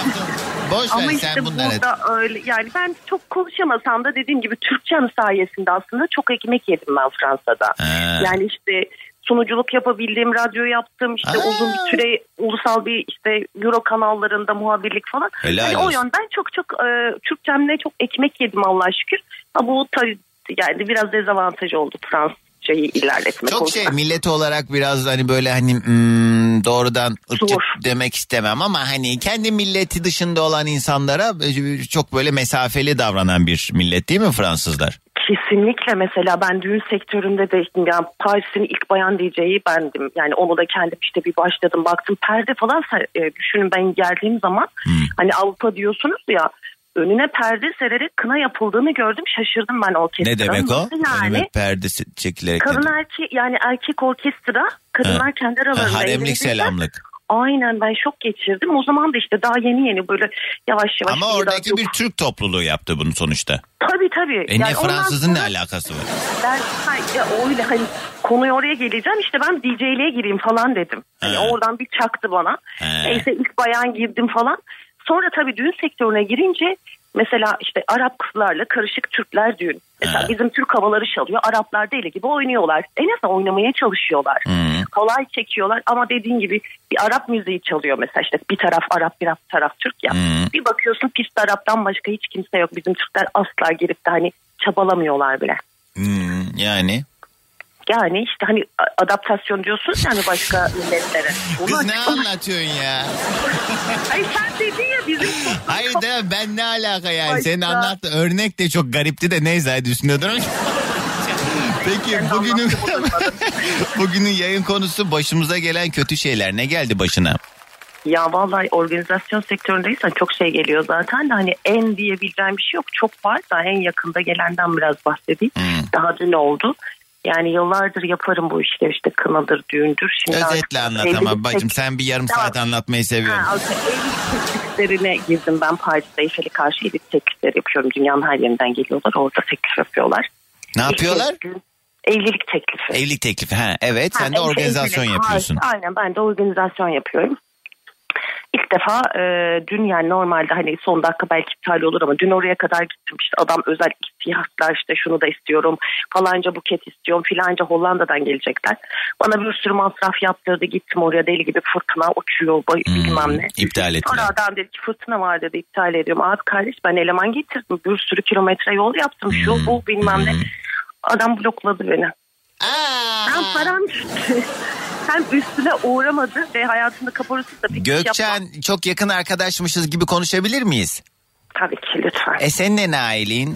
S5: Boş
S11: ama
S5: ver
S11: işte
S5: sen bunları.
S11: burada öyle. Yani ben çok konuşamasam da dediğim gibi Türkçem sayesinde aslında çok ekmek yedim ben Fransa'da. Yani işte sunuculuk yapabildiğim, radyo yaptım, işte uzun bir süre ulusal bir işte Euro kanallarında muhabirlik falan. Yani o yönden çok Türkçemle çok ekmek yedim Allah'a şükür. Ama bu tabii yani biraz dezavantajı oldu Fransızcayı ilerletmek.
S5: Çok millet olarak biraz hani böyle hani doğrudan ırkçı demek istemem ama hani kendi milleti dışında olan insanlara çok böyle mesafeli davranan bir millet değil mi Fransızlar?
S11: Kesinlikle. Mesela ben düğün sektöründe de yani Paris'in ilk bayan DJ'yi bendim. Yani onu da kendim işte bir başladım, baktım perde falan düşünün, ben geldiğim zaman hani Avrupa diyorsunuz ya, önüne perde sererek kına yapıldığını gördüm, şaşırdım ben orkestranın.
S5: Ne demek o?
S11: Yani,
S5: önüne perde çekilerek.
S11: Erkek orkestra, kadınlar kendi aralarında.
S5: Haremlik selamlık.
S11: Aynen, ben şok geçirdim. O zaman da işte daha yeni böyle yavaş.
S5: Ama oradaki bir Türk topluluğu yaptı bunu sonuçta.
S11: Tabii.
S5: Yani ne Fransızın ne alakası var?
S11: Ben öyle hani konuyu oraya geleceğim, işte ben DJ'liğe gireyim falan dedim. Hani oradan bir çaktı bana. Neyse ilk bayan girdim falan. Sonra tabii düğün sektörüne girince mesela işte Arap kızlarla karışık Türkler düğün. Mesela bizim Türk havaları çalıyor. Araplar deli gibi oynuyorlar. En azından oynamaya çalışıyorlar. Kolay çekiyorlar ama dediğin gibi bir Arap müziği çalıyor mesela, işte bir taraf Arap bir taraf Türk ya. Bir bakıyorsun pist Arap'tan başka hiç kimse yok. Bizim Türkler asla girip de hani çabalamıyorlar bile. Yani işte hani adaptasyon diyorsunuz yani başka milletlere.
S5: Kız ne anlatıyorsun ya?
S11: Ay sen dedin ya bizim.
S5: Hayır de ben ne alaka yani? Başka. Senin anlattığın örnek de çok garipti de neyse, hadi üstüne durun. Peki bugünün yayın konusu başımıza gelen kötü şeyler. Ne geldi başına?
S11: Ya vallahi organizasyon sektöründeysen çok şey geliyor zaten de hani en diyebileceğim bir şey yok. Çok var da en yakında gelenden biraz bahsedeyim. Daha dün oldu. Yani yıllardır yaparım bu işleri, işte kınadır, düğündür. Şimdi
S5: özetle anlat ama bacım, sen bir yarım saat anlatmayı seviyorum.
S11: Evlilik tekliflerine girdim ben Paris'te. Eyfel'e karşı evlilik teklifleri yapıyorum. Dünyanın her yerinden geliyorlar, orada teklif yapıyorlar.
S5: Ne yapıyorlar?
S11: Evlilik teklifi.
S5: Evlilik teklifi, evet, sen de organizasyon yapıyorsun.
S11: Aynen, ben de organizasyon yapıyorum. İlk defa dün, yani normalde hani son dakika belki iptal olur ama dün oraya kadar gittim. İşte adam özel ihtiyaçlar, işte şunu da istiyorum, falanca buket istiyorum, filanca Hollanda'dan gelecekler. Bana bir sürü masraf yaptırdı, gittim oraya, deli gibi fırtına uçuyor bilmem ne.
S5: İptal ettiler.
S11: Sonra adam dedi ki fırtına var dedi, iptal ediyorum. Abi kardeş, ben eleman getirdim, bir sürü kilometre yol yaptım, şu bu bilmem ne. Adam blokladı beni. Ben param gitti. Hem üstüne uğramadı ve hayatında kaporası da pek
S5: Gökçen, çok yakın arkadaşmışız gibi konuşabilir miyiz?
S11: Tabii ki, lütfen.
S5: Senin ne Nail'in?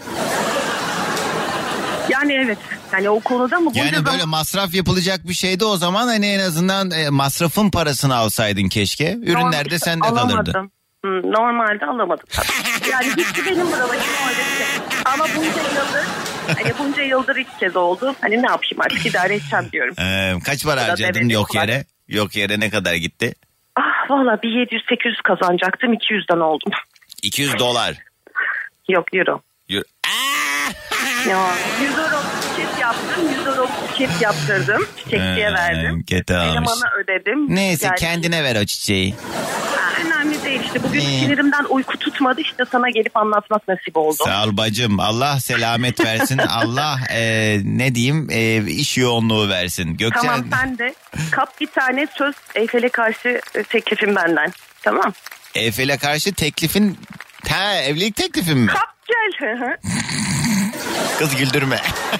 S11: Yani evet. Yani o konuda mı?
S5: Yani böyle masraf yapılacak bir şeydi o zaman, hani en azından masrafın parasını alsaydın keşke. Ürünler de sende kalırdı.
S11: Normalde alamadım tabii. Yani gitti benim buralarım öyle. Ama bunca yıldır ilk kez oldu. Hani ne yapayım artık, idare edeceğim diyorum.
S5: Kaç para harcadın yok yere? Yok yere ne kadar gitti?
S11: Valla bir 700-800 kazanacaktım, 200'den oldum.
S5: $200?
S11: Yok, euro.
S5: Euro.
S11: Ya, 100 euro buket yaptım, 100 euro buket yaptırdım. Çiçekçiye verdim. Elemana ödedim.
S5: Neyse yani, kendine ver o çiçeği.
S11: Önemli değil işte. Bugün sinirimden uyku tutmadı, işte sana gelip anlatmak nasip oldu.
S5: Sağ ol bacım. Allah selamet versin. Allah ne diyeyim, iş yoğunluğu versin. Gökçen...
S11: Tamam, sen de kap bir tane söz, Eyfel'e karşı teklifim benden. Tamam.
S5: Eyfel'e karşı teklifin... evlilik teklifim mi?
S11: Kap gel.
S5: Kız güldürme.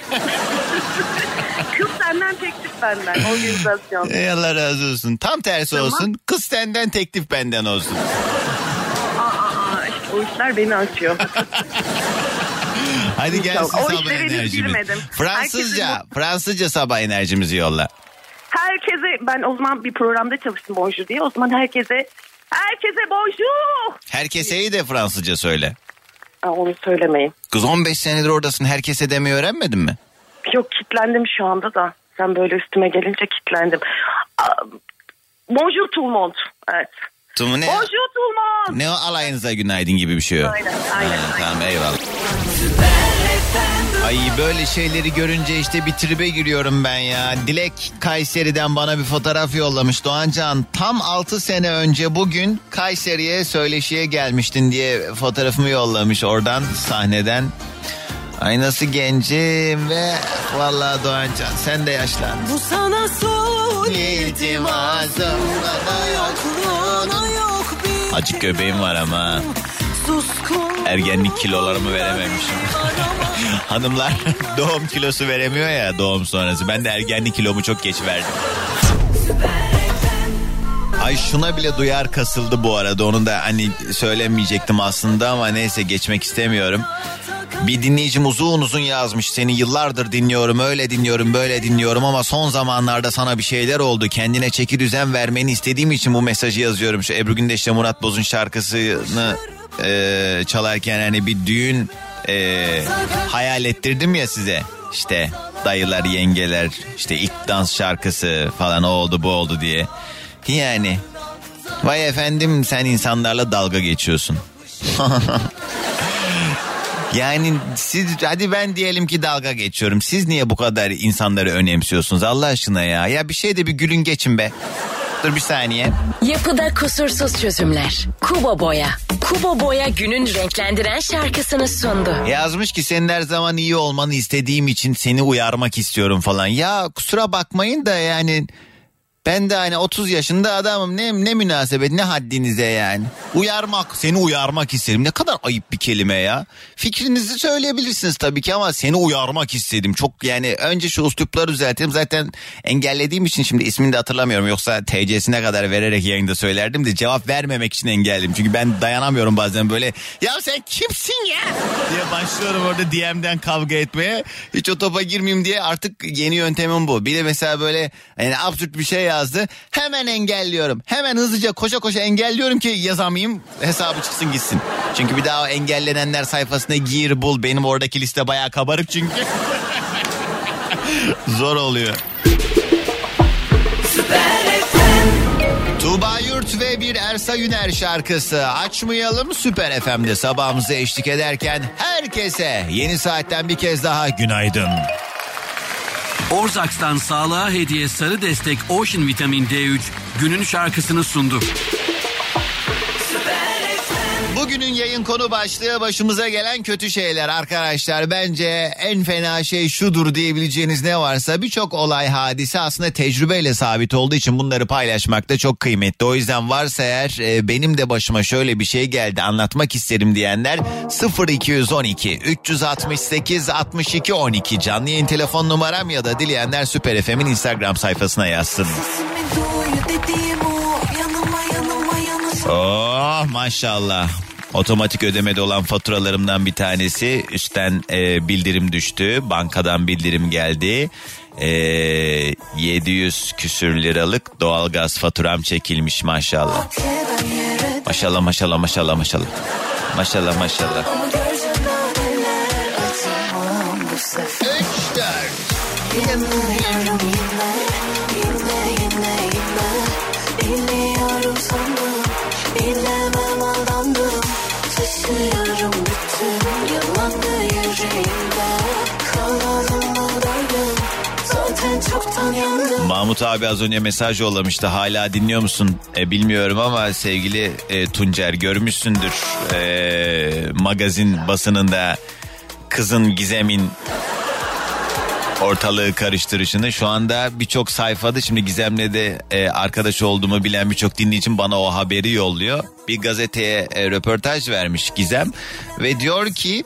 S11: Kız senden, teklif benden. Organizasyon.
S5: Allah razı olsun. Tam tersi olsun. Kız senden, teklif benden olsun.
S11: İşte o işler beni açıyor.
S5: Hadi gelsin sabah enerjimiz. Fransızca sabah enerjimizi yolla.
S11: Herkese, ben o zaman bir programda çalıştım bonjour diye. O zaman herkese bonjour.
S5: Herkeseyi de Fransızca söyle.
S11: Onu söylemeyin.
S5: Kız 15 senedir oradasın, herkese demeyi öğrenmedin mi?
S11: Yok, kitlendim şu anda da. Sen böyle üstüme gelince kitlendim. Bonjour tout le monde. Evet.
S5: Ne?
S11: Bonjour tout le monde.
S5: Ne o, alayınıza günaydın gibi bir şey o.
S11: Aynen.
S5: Tamam, eyvallah. Ay, böyle şeyleri görünce işte bir tribe giriyorum ben ya. Dilek Kayseri'den bana bir fotoğraf yollamış. Doğancan, tam 6 sene önce bugün Kayseri'ye söyleşiye gelmiştin diye fotoğrafımı yollamış oradan, sahneden. Ay nasıl gencim ve vallahi Doğancan sen de yaşlandın.
S2: Bu sana son
S5: iltimasım,
S2: yokluğuna yok bir.
S5: Acık göbeğim var ama ergenlik kilolarımı verememişim. Hanımlar doğum kilosu veremiyor ya, doğum sonrası. Ben de ergenlik kilomu çok geç verdim. Ay şuna bile duyar kasıldı bu arada. Onu da hani söylemeyecektim aslında ama neyse, geçmek istemiyorum. Bir dinleyicim uzun yazmış. Seni yıllardır dinliyorum, öyle dinliyorum, böyle dinliyorum ama son zamanlarda sana bir şeyler oldu. Kendine çeki düzen vermeni istediğim için bu mesajı yazıyorum. Şu Ebru Gündeş'le Murat Boz'un şarkısını çalarken hani bir düğün hayal ettirdim ya size. İşte dayılar, yengeler, işte ilk dans şarkısı falan, o oldu bu oldu diye. Yani vay efendim, sen insanlarla dalga geçiyorsun. Yani siz, hadi ben diyelim ki dalga geçiyorum. Siz niye bu kadar insanları önemsiyorsunuz Allah aşkına ya? Ya bir şey de bir gülün geçin be. Dur bir saniye.
S12: Yapıda kusursuz çözümler. Kubo Boya. Kubo Boya günün renklendiren şarkısını sundu.
S5: Yazmış ki senin her zaman iyi olmanı istediğim için seni uyarmak istiyorum falan. Ya kusura bakmayın da yani... Ben de hani 30 yaşında adamım, ne münasebet, ne haddinize yani. Seni uyarmak istedim. Ne kadar ayıp bir kelime ya. Fikrinizi söyleyebilirsiniz tabii ki ama seni uyarmak istedim. Çok yani, önce şu üslupları düzeltelim. Zaten engellediğim için şimdi ismini de hatırlamıyorum. Yoksa TC'sine kadar vererek yayında söylerdim de cevap vermemek için engelledim. Çünkü ben dayanamıyorum bazen böyle. Ya sen kimsin ya diye başlıyorum orada DM'den kavga etmeye. Hiç o topa girmeyeyim diye artık yeni yöntemim bu. Bir de mesela böyle yani absürt bir şey yazdı. Hemen engelliyorum. Hemen hızlıca koşa engelliyorum ki yazamayayım, hesabı çıksın gitsin. Çünkü bir daha o engellenenler sayfasına gir bul. Benim oradaki liste bayağı kabarık çünkü. Zor oluyor. Tuğba Yurt ve bir Ersa Yüner şarkısı. Açmayalım. Süper FM'de sabahımıza eşlik ederken herkese yeni saatten bir kez daha günaydın.
S13: Orzaks'tan sağlığa hediye sarı destek Ocean Vitamin D3 günün şarkısını sundu.
S5: Bugünün yayın konu başlığı başımıza gelen kötü şeyler arkadaşlar. Bence en fena şey şudur diyebileceğiniz ne varsa birçok olay, hadise aslında tecrübeyle sabit olduğu için bunları paylaşmak da çok kıymetli. O yüzden varsa eğer benim de başıma şöyle bir şey geldi anlatmak isterim diyenler 0212 368 62 12 canlı yayın telefon numaram ya da dileyenler Süper FM'in Instagram sayfasına yazsın. Oh maşallah. Otomatik ödemede olan faturalarımdan bir tanesi üstten bildirim düştü. Bankadan bildirim geldi. 700 küsür liralık doğalgaz faturam çekilmiş maşallah. Maşallah maşallah maşallah maşallah. Maşallah maşallah. 3 Mahmut abi az önce mesaj yollamıştı. Hala dinliyor musun? Bilmiyorum ama sevgili Tuncer görmüşsündür. Magazin basınında kızın Gizem'in ortalığı karıştırışını. Şu anda birçok sayfada, şimdi Gizem'le de arkadaş olduğumu bilen birçok dinleyicim bana o haberi yolluyor. Bir gazeteye röportaj vermiş Gizem ve diyor ki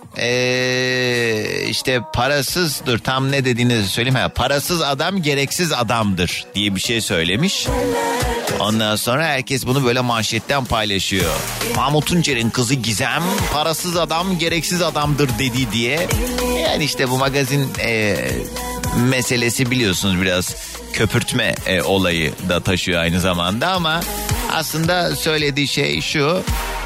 S5: işte parasızdır, tam ne dediğini söyleyeyim. Parasız adam gereksiz adamdır diye bir şey söylemiş. Ondan sonra herkes bunu böyle manşetten paylaşıyor. Mahmut Tuncer'in kızı Gizem parasız adam gereksiz adamdır dedi diye. Yani işte bu magazin meselesi biliyorsunuz biraz köpürtme olayı da taşıyor aynı zamanda ama aslında söylediği şey şu.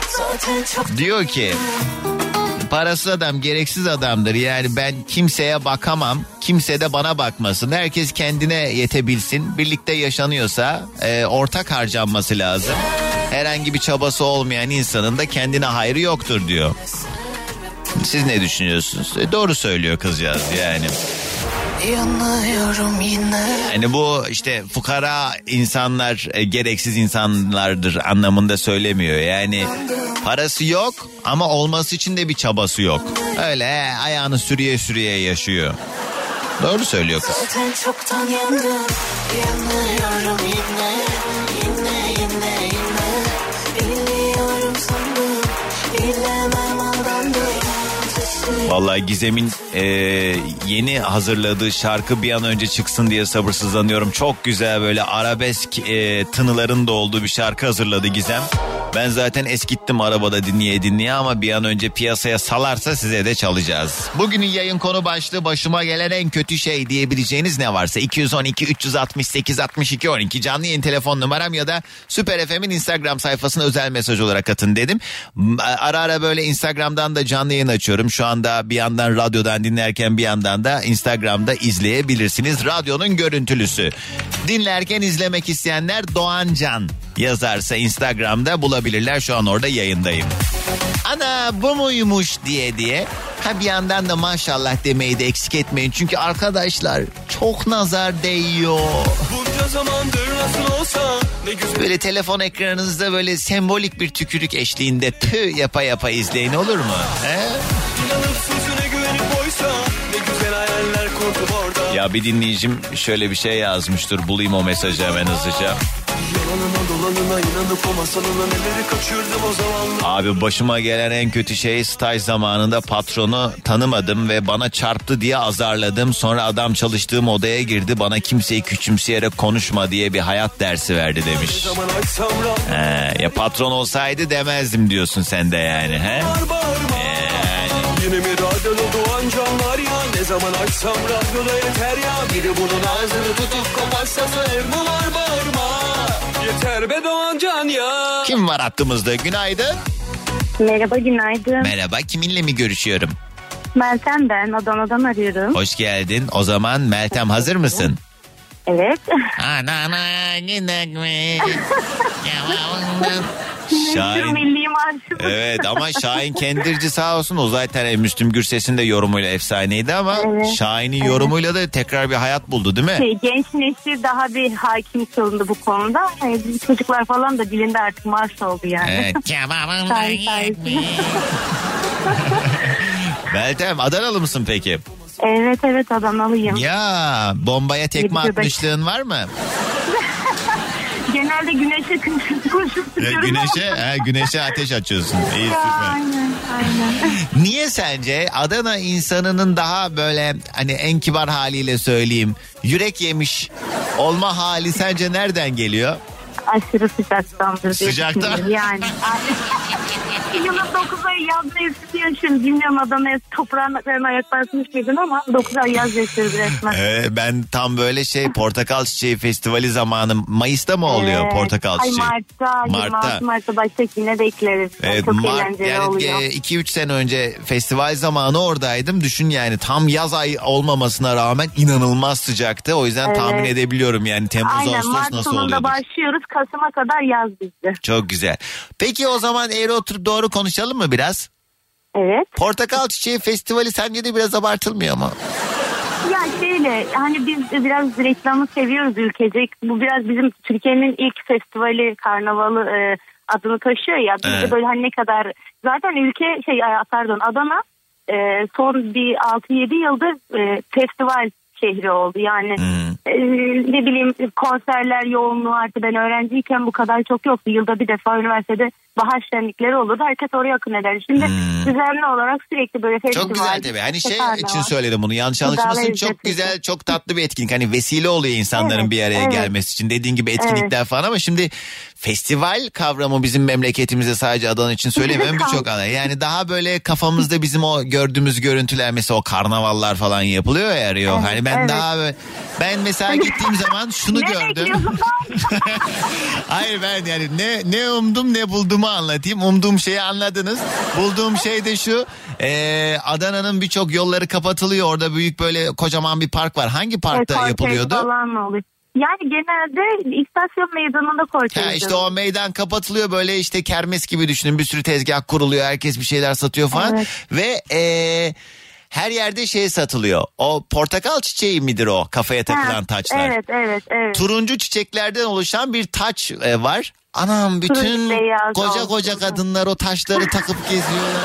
S5: Diyor ki parasız adam gereksiz adamdır. Yani ben kimseye bakamam. Kimse de bana bakmasın. Herkes kendine yetebilsin. Birlikte yaşanıyorsa ortak harcanması lazım. Herhangi bir çabası olmayan insanın da kendine hayrı yoktur diyor. Siz ne düşünüyorsunuz? Doğru söylüyor kızcağız yani.
S2: Yanıyorum yine.
S5: Yani bu işte fukara insanlar gereksiz insanlardır anlamında söylemiyor. Yani parası yok ama olması için de bir çabası yok. Öyle ayağını sürüye sürüye yaşıyor. Doğru söylüyor kız.
S2: Zaten çoktan yandım. Yanıyorum yine. Yine. Biliyorum sandım. Bilemem aldandım.
S5: Vallahi Gizem'in yeni hazırladığı şarkı bir an önce çıksın diye sabırsızlanıyorum. Çok güzel böyle arabesk tınıların da olduğu bir şarkı hazırladı Gizem. Ben zaten eskittim arabada dinleye ama bir an önce piyasaya salarsa size de çalacağız. Bugünün yayın konu başlığı başıma gelen en kötü şey diyebileceğiniz ne varsa 212 368 62 12 canlı yayın telefon numaram ya da Süper FM'in Instagram sayfasına özel mesaj olarak atın dedim. Ara ara böyle Instagram'dan da canlı yayın açıyorum. Şu anda bir yandan radyodan dinlerken bir yandan da Instagram'da izleyebilirsiniz. Radyonun görüntülüsü. Dinlerken izlemek isteyenler Doğancan yazarsa Instagram'da bulabilirler. Şu an orada yayındayım. Ana bu muymuş diye. Ha bir yandan da maşallah demeyi de eksik etmeyin. Çünkü arkadaşlar çok nazar değiyor.
S1: Bunca zamandır nasıl olsa ne güzel.
S5: Böyle telefon ekranınızda böyle sembolik bir tükürük eşliğinde tüh yapa izleyin olur mu? He?
S1: İnanıp sözüne güvenip oysa ne güzel hayaller kurdum orada.
S5: Ya bir dinleyicim şöyle bir şey yazmıştır. Bulayım o mesajı hemen hızlıca.
S1: Yalanına dolanına inanıp o masalına neleri kaçırdım o zamanlar.
S5: Abi başıma gelen en kötü şey staj zamanında patronu tanımadım ve bana çarptı diye azarladım. Sonra adam çalıştığım odaya girdi, bana kimseyi küçümseyerek konuşma diye bir hayat dersi verdi demiş. Ya patron olsaydı demezdim diyorsun sen de yani. He?
S1: Yine mi radyoda doğan can var ya, ne zaman açsam radyoda yeter ya. Biri bunun ağzını tutup kapatsa mı var bağırma. Yeter be doğan can ya.
S5: Kim var hattımızda? Günaydın.
S14: Merhaba, günaydın.
S5: Merhaba, kiminle mi görüşüyorum?
S14: Meltem ben. Adana'dan arıyorum.
S5: Hoş geldin. O zaman Meltem hazır mısın?
S14: Evet.
S5: Şahin.
S14: Milli marşım.
S5: Evet ama Şahin Kendirci sağ olsun, o zaten Müslüm Gürses'in de yorumuyla efsaneydi ama Şahin'in yorumuyla da tekrar bir hayat buldu değil mi?
S14: Genç nesil daha bir hakim kılındı bu konuda. Çocuklar falan da dilinde artık marş oldu yani.
S5: Evet. Meltem, Adanalı mısın peki?
S14: Evet Adanalıyım.
S5: Ya bombaya tekme
S14: Yedi göbek.
S5: atmışlığın var mı?
S14: Genelde güneşe koşup tutuyorum.
S5: Güneşe ateş açıyorsun. İyi, süper.
S14: Aynen.
S5: Niye sence Adana insanının daha böyle, hani en kibar haliyle söyleyeyim, yürek yemiş olma hali sence nereden geliyor?
S14: Aşırı sıcaktandır diye
S5: Sıcaktan?
S14: düşünüyorum. Yani. Yılın 9 ayı yaz mevsimi yaşıyoruz. Bilmiyorum Adana'ya toprağına ayak basmış mıydın ama 9 ay yaz yaşıyoruz resmen.
S5: Ben tam böyle portakal çiçeği festivali zamanı Mayıs'ta mı oluyor portakal çiçeği?
S14: Mart'ta başta yine bekleriz. Çok eğlenceli oluyor.
S5: 2-3 sene önce festival zamanı oradaydım. Düşün yani, tam yaz ayı olmamasına rağmen inanılmaz sıcaktı. O yüzden tahmin edebiliyorum yani Temmuz Ağustos
S14: Mart
S5: nasıl
S14: sonunda
S5: oluyordur.
S14: başlıyoruz. Kasım'a kadar yaz bizde.
S5: Çok güzel. Peki o zaman eğri oturup doğru konuşalım mı biraz?
S14: Evet.
S5: Portakal Çiçeği Festivali sence de biraz abartılmıyor mu?
S14: Ya hani biz biraz reklamı seviyoruz ülkecek. Bu biraz bizim Türkiye'nin ilk festivali, karnavalı adını taşıyor ya. Biz de böyle hani ne kadar zaten Adana son bir 6-7 yıldır festival şehri oldu. Yani ne bileyim konserler yoğunluğu artık, ben öğrenciyken bu kadar çok yoktu. Yılda bir defa üniversitede bahar şenlikleri olurdu. Herkes oraya akın eder. Şimdi düzenli olarak sürekli böyle festival.
S5: Çok güzel tabii. Hani için söyledim bunu. Yanlış anlaşılmasın. Çok güzel, çok tatlı bir etkinlik. Hani vesile oluyor insanların bir araya gelmesi için. Dediğin gibi etkinlikler falan ama şimdi festival kavramı bizim memleketimizde sadece Adana için söylemiyorum, birçok Adana. Yani daha böyle kafamızda bizim o gördüğümüz görüntüler, mesela o karnavallar falan yapılıyor ya Rio. Hani ben mesela gittiğim zaman şunu gördüm. Hayır, ben yani ne umdum ne bulduğumu anlatayım. Umduğum şeyi anladınız. Bulduğum şey de şu. Adana'nın birçok yolları kapatılıyor. Orada büyük böyle kocaman bir park var. Hangi parkta yapılıyordu?
S14: Yani genelde istasyon meydanında kortej.
S5: İşte o meydan kapatılıyor, böyle işte kermes gibi düşünün. Bir sürü tezgah kuruluyor. Herkes bir şeyler satıyor falan. Ve her yerde satılıyor. O portakal çiçeği midir o kafaya takılan taçlar?
S14: Evet.
S5: Turuncu çiçeklerden oluşan bir taç var. Anam, bütün koca kadınlar o taşları takıp geziyorlar.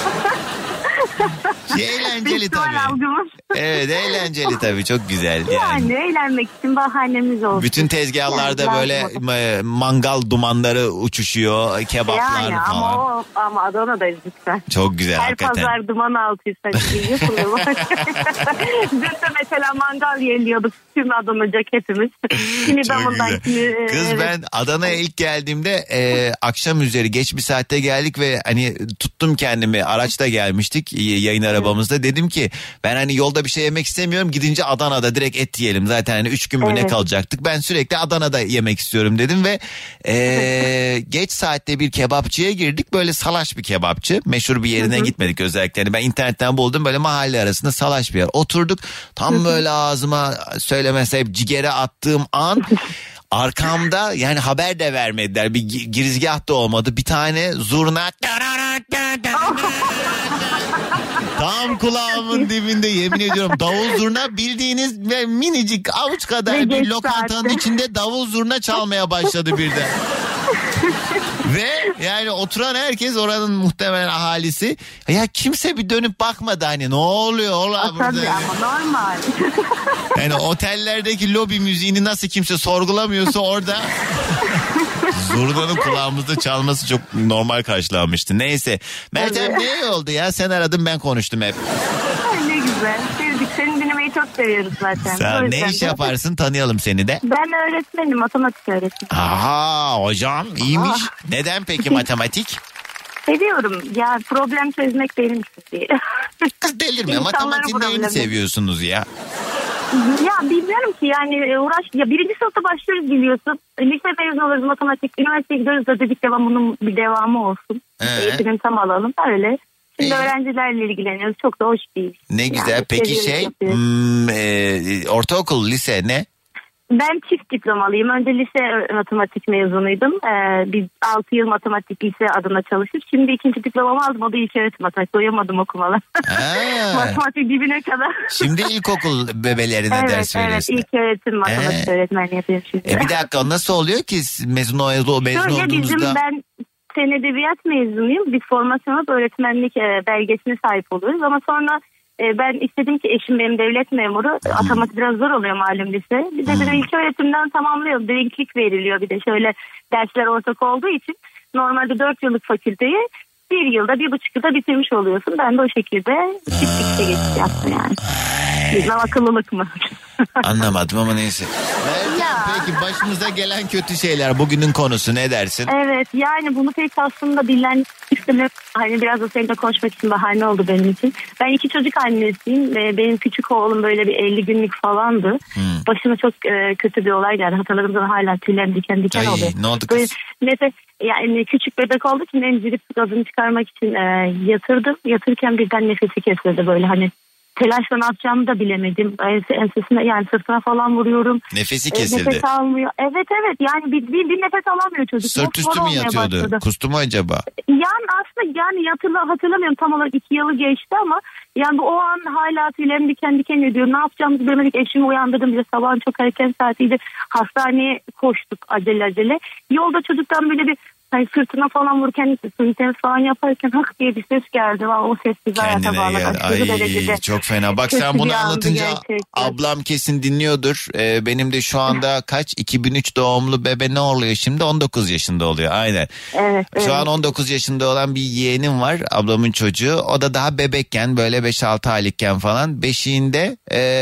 S5: Eğlenceli tabii. Evet, eğlenceli tabii, çok güzel
S14: yani eğlenmek için bahanemiz olsun.
S5: Bütün tezgahlarda böyle mangal dumanları uçuşuyor, kebaplar falan.
S14: Ama Adana'dayız lütfen.
S5: Çok güzel hakikaten.
S14: Her pazar duman altıysa yapılıyor. Dün de mesela mangal yeniliyorduk tüm Adana ceketimiz. Kimi damından kimi.
S5: Kız ben Adana'ya ilk geldiğimde akşam üzeri geç bir saatte geldik ve hani tuttum kendimi, araçta gelmiştik yayın arabamızda, dedim ki ben hani yolda bir şey yemek istemiyorum, gidince Adana'da direkt et yiyelim, zaten hani 3 gün mü ne kalacaktık, ben sürekli Adana'da yemek istiyorum dedim ve geç saatte bir kebapçıya girdik, böyle salaş bir kebapçı, meşhur bir yerine gitmedik özellikle, hani ben internetten buldum, böyle mahalle arasında salaş bir yer, oturduk tam böyle ağzıma söylemese hep cigere attığım an arkamda, yani haber de vermediler, bir girizgah da olmadı, bir tane zurna tam kulağımın dibinde, yemin ediyorum davul zurna, bildiğiniz ve minicik avuç kadar bir lokantanın içinde davul zurna çalmaya başladı birden. Ve yani oturan herkes, oranın muhtemelen ahalisi, ya kimse bir dönüp bakmadı hani ne oluyor ola burada.
S14: Tabii ama normal.
S5: Yani otellerdeki lobi müziğini nasıl kimse sorgulamıyorsa orada zurnanın kulağımızda çalması çok normal karşılanmıştı. Neyse Meltem, ne oldu ya, sen aradın ben konuştum hep.
S14: Ne güzel, sevdik, seni dinlemeyi çok seviyoruz zaten.
S5: Sen ne iş yaparsın, tanıyalım seni de.
S14: Ben öğretmenim, matematik öğretmenim.
S5: Aha, hocam iyiymiş. Neden peki matematik?
S14: Seviyorum ya, problem çözmek benim için diye.
S5: Kız delirme, matematiğin neyini seviyorsunuz ya?
S14: Ya bilmiyorum ki yani, birinci sınıfta başlıyoruz biliyorsun. Lise mezun oluruz matematik, üniversiteye gidiyoruz da dedik bunun bir devamı olsun. Eğitimin tam alalım öyle. Şimdi öğrencilerle ilgileniyoruz. Çok da hoş değil.
S5: Ne güzel.
S14: Yani,
S5: peki ortaokul, lise ne?
S14: Ben çift diplomalıyım. Önce lise matematik mezunuydum. Biz 6 yıl matematik lise adına çalışıp şimdi 2. diplomamı aldım. O da ilköğretim matematik. Doyamadım okumalar. Matematik dibine kadar.
S5: Şimdi ilkokul bebelerine ders veriyorsun.
S14: Evet, ilköğretim matematik öğretmenliği yapıyorum şimdi.
S5: Bir dakika, nasıl oluyor ki mezun olduğunuzda?
S14: Ben fen edebiyat mezunuyum. Biz formasyon alıp öğretmenlik belgesine sahip oluyoruz. Ama sonra ben istedim ki eşim benim devlet memuru. Ataması biraz zor oluyor malum lise. Bir de ilk öğretimden tamamlıyorum. Denklik veriliyor, bir de şöyle dersler ortak olduğu için. Normalde 4 yıllık fakülteyi 1 yılda, 1,5 yılda bitirmiş oluyorsun. Ben de o şekilde çiftlikte geçiş yaptım yani. Bizden akıllılık mı?
S5: Anlamadım ama neyse. Peki başımıza gelen kötü şeyler, bugünün konusu, ne dersin?
S14: Evet, yani bunu pek aslında dinlenmek, hani biraz da seninle konuşmak için bahane oldu benim için. Ben 2 çocuk annesiyim ve benim küçük oğlum böyle bir 50 günlük falandı. Başıma çok kötü bir olay geldi. Hatırladığım zaman hala tüylerim diken diken oluyor.
S5: Ne oldu kız?
S14: Yani küçük bebek olduğu için emzirip gazını çıkarmak için yatırdım. Yatırırken birden nefesi kesildi böyle, hani telaşla ne yapacağımı da bilemedim. Ensesine, yani sırtına falan vuruyorum.
S5: Nefesi kesildi.
S14: Nefes almıyor. Evet yani bir nefes alamıyor çocuk.
S5: Sırt üstü mü yatıyordu? Başladı. Kustu mu acaba?
S14: Yani aslında hatırlamıyorum tam olarak, 2 yılı geçti ama yani o an hala tüylerim diken diken ediyor. Ne yapacağımızı bilemedik. Eşimi uyandırdım, bize sabahın çok erken saatiydi. Hastaneye koştuk acele. Yolda çocuktan böyle bir sırtına falan vururken, sınıf falan yaparken hak diye bir ses geldi. O ses bizi hayata bağladı.
S5: Ay çok fena. Bak sen bunu anlatınca ablam kesin dinliyordur. Benim de şu anda 2003 doğumlu bebe ne oluyor şimdi? 19 yaşında oluyor. Aynen.
S14: Evet.
S5: Şu an 19 yaşında olan bir yeğenim var. Ablamın çocuğu. O da daha bebekken, böyle 5-6 aylıkken falan. Beşiğinde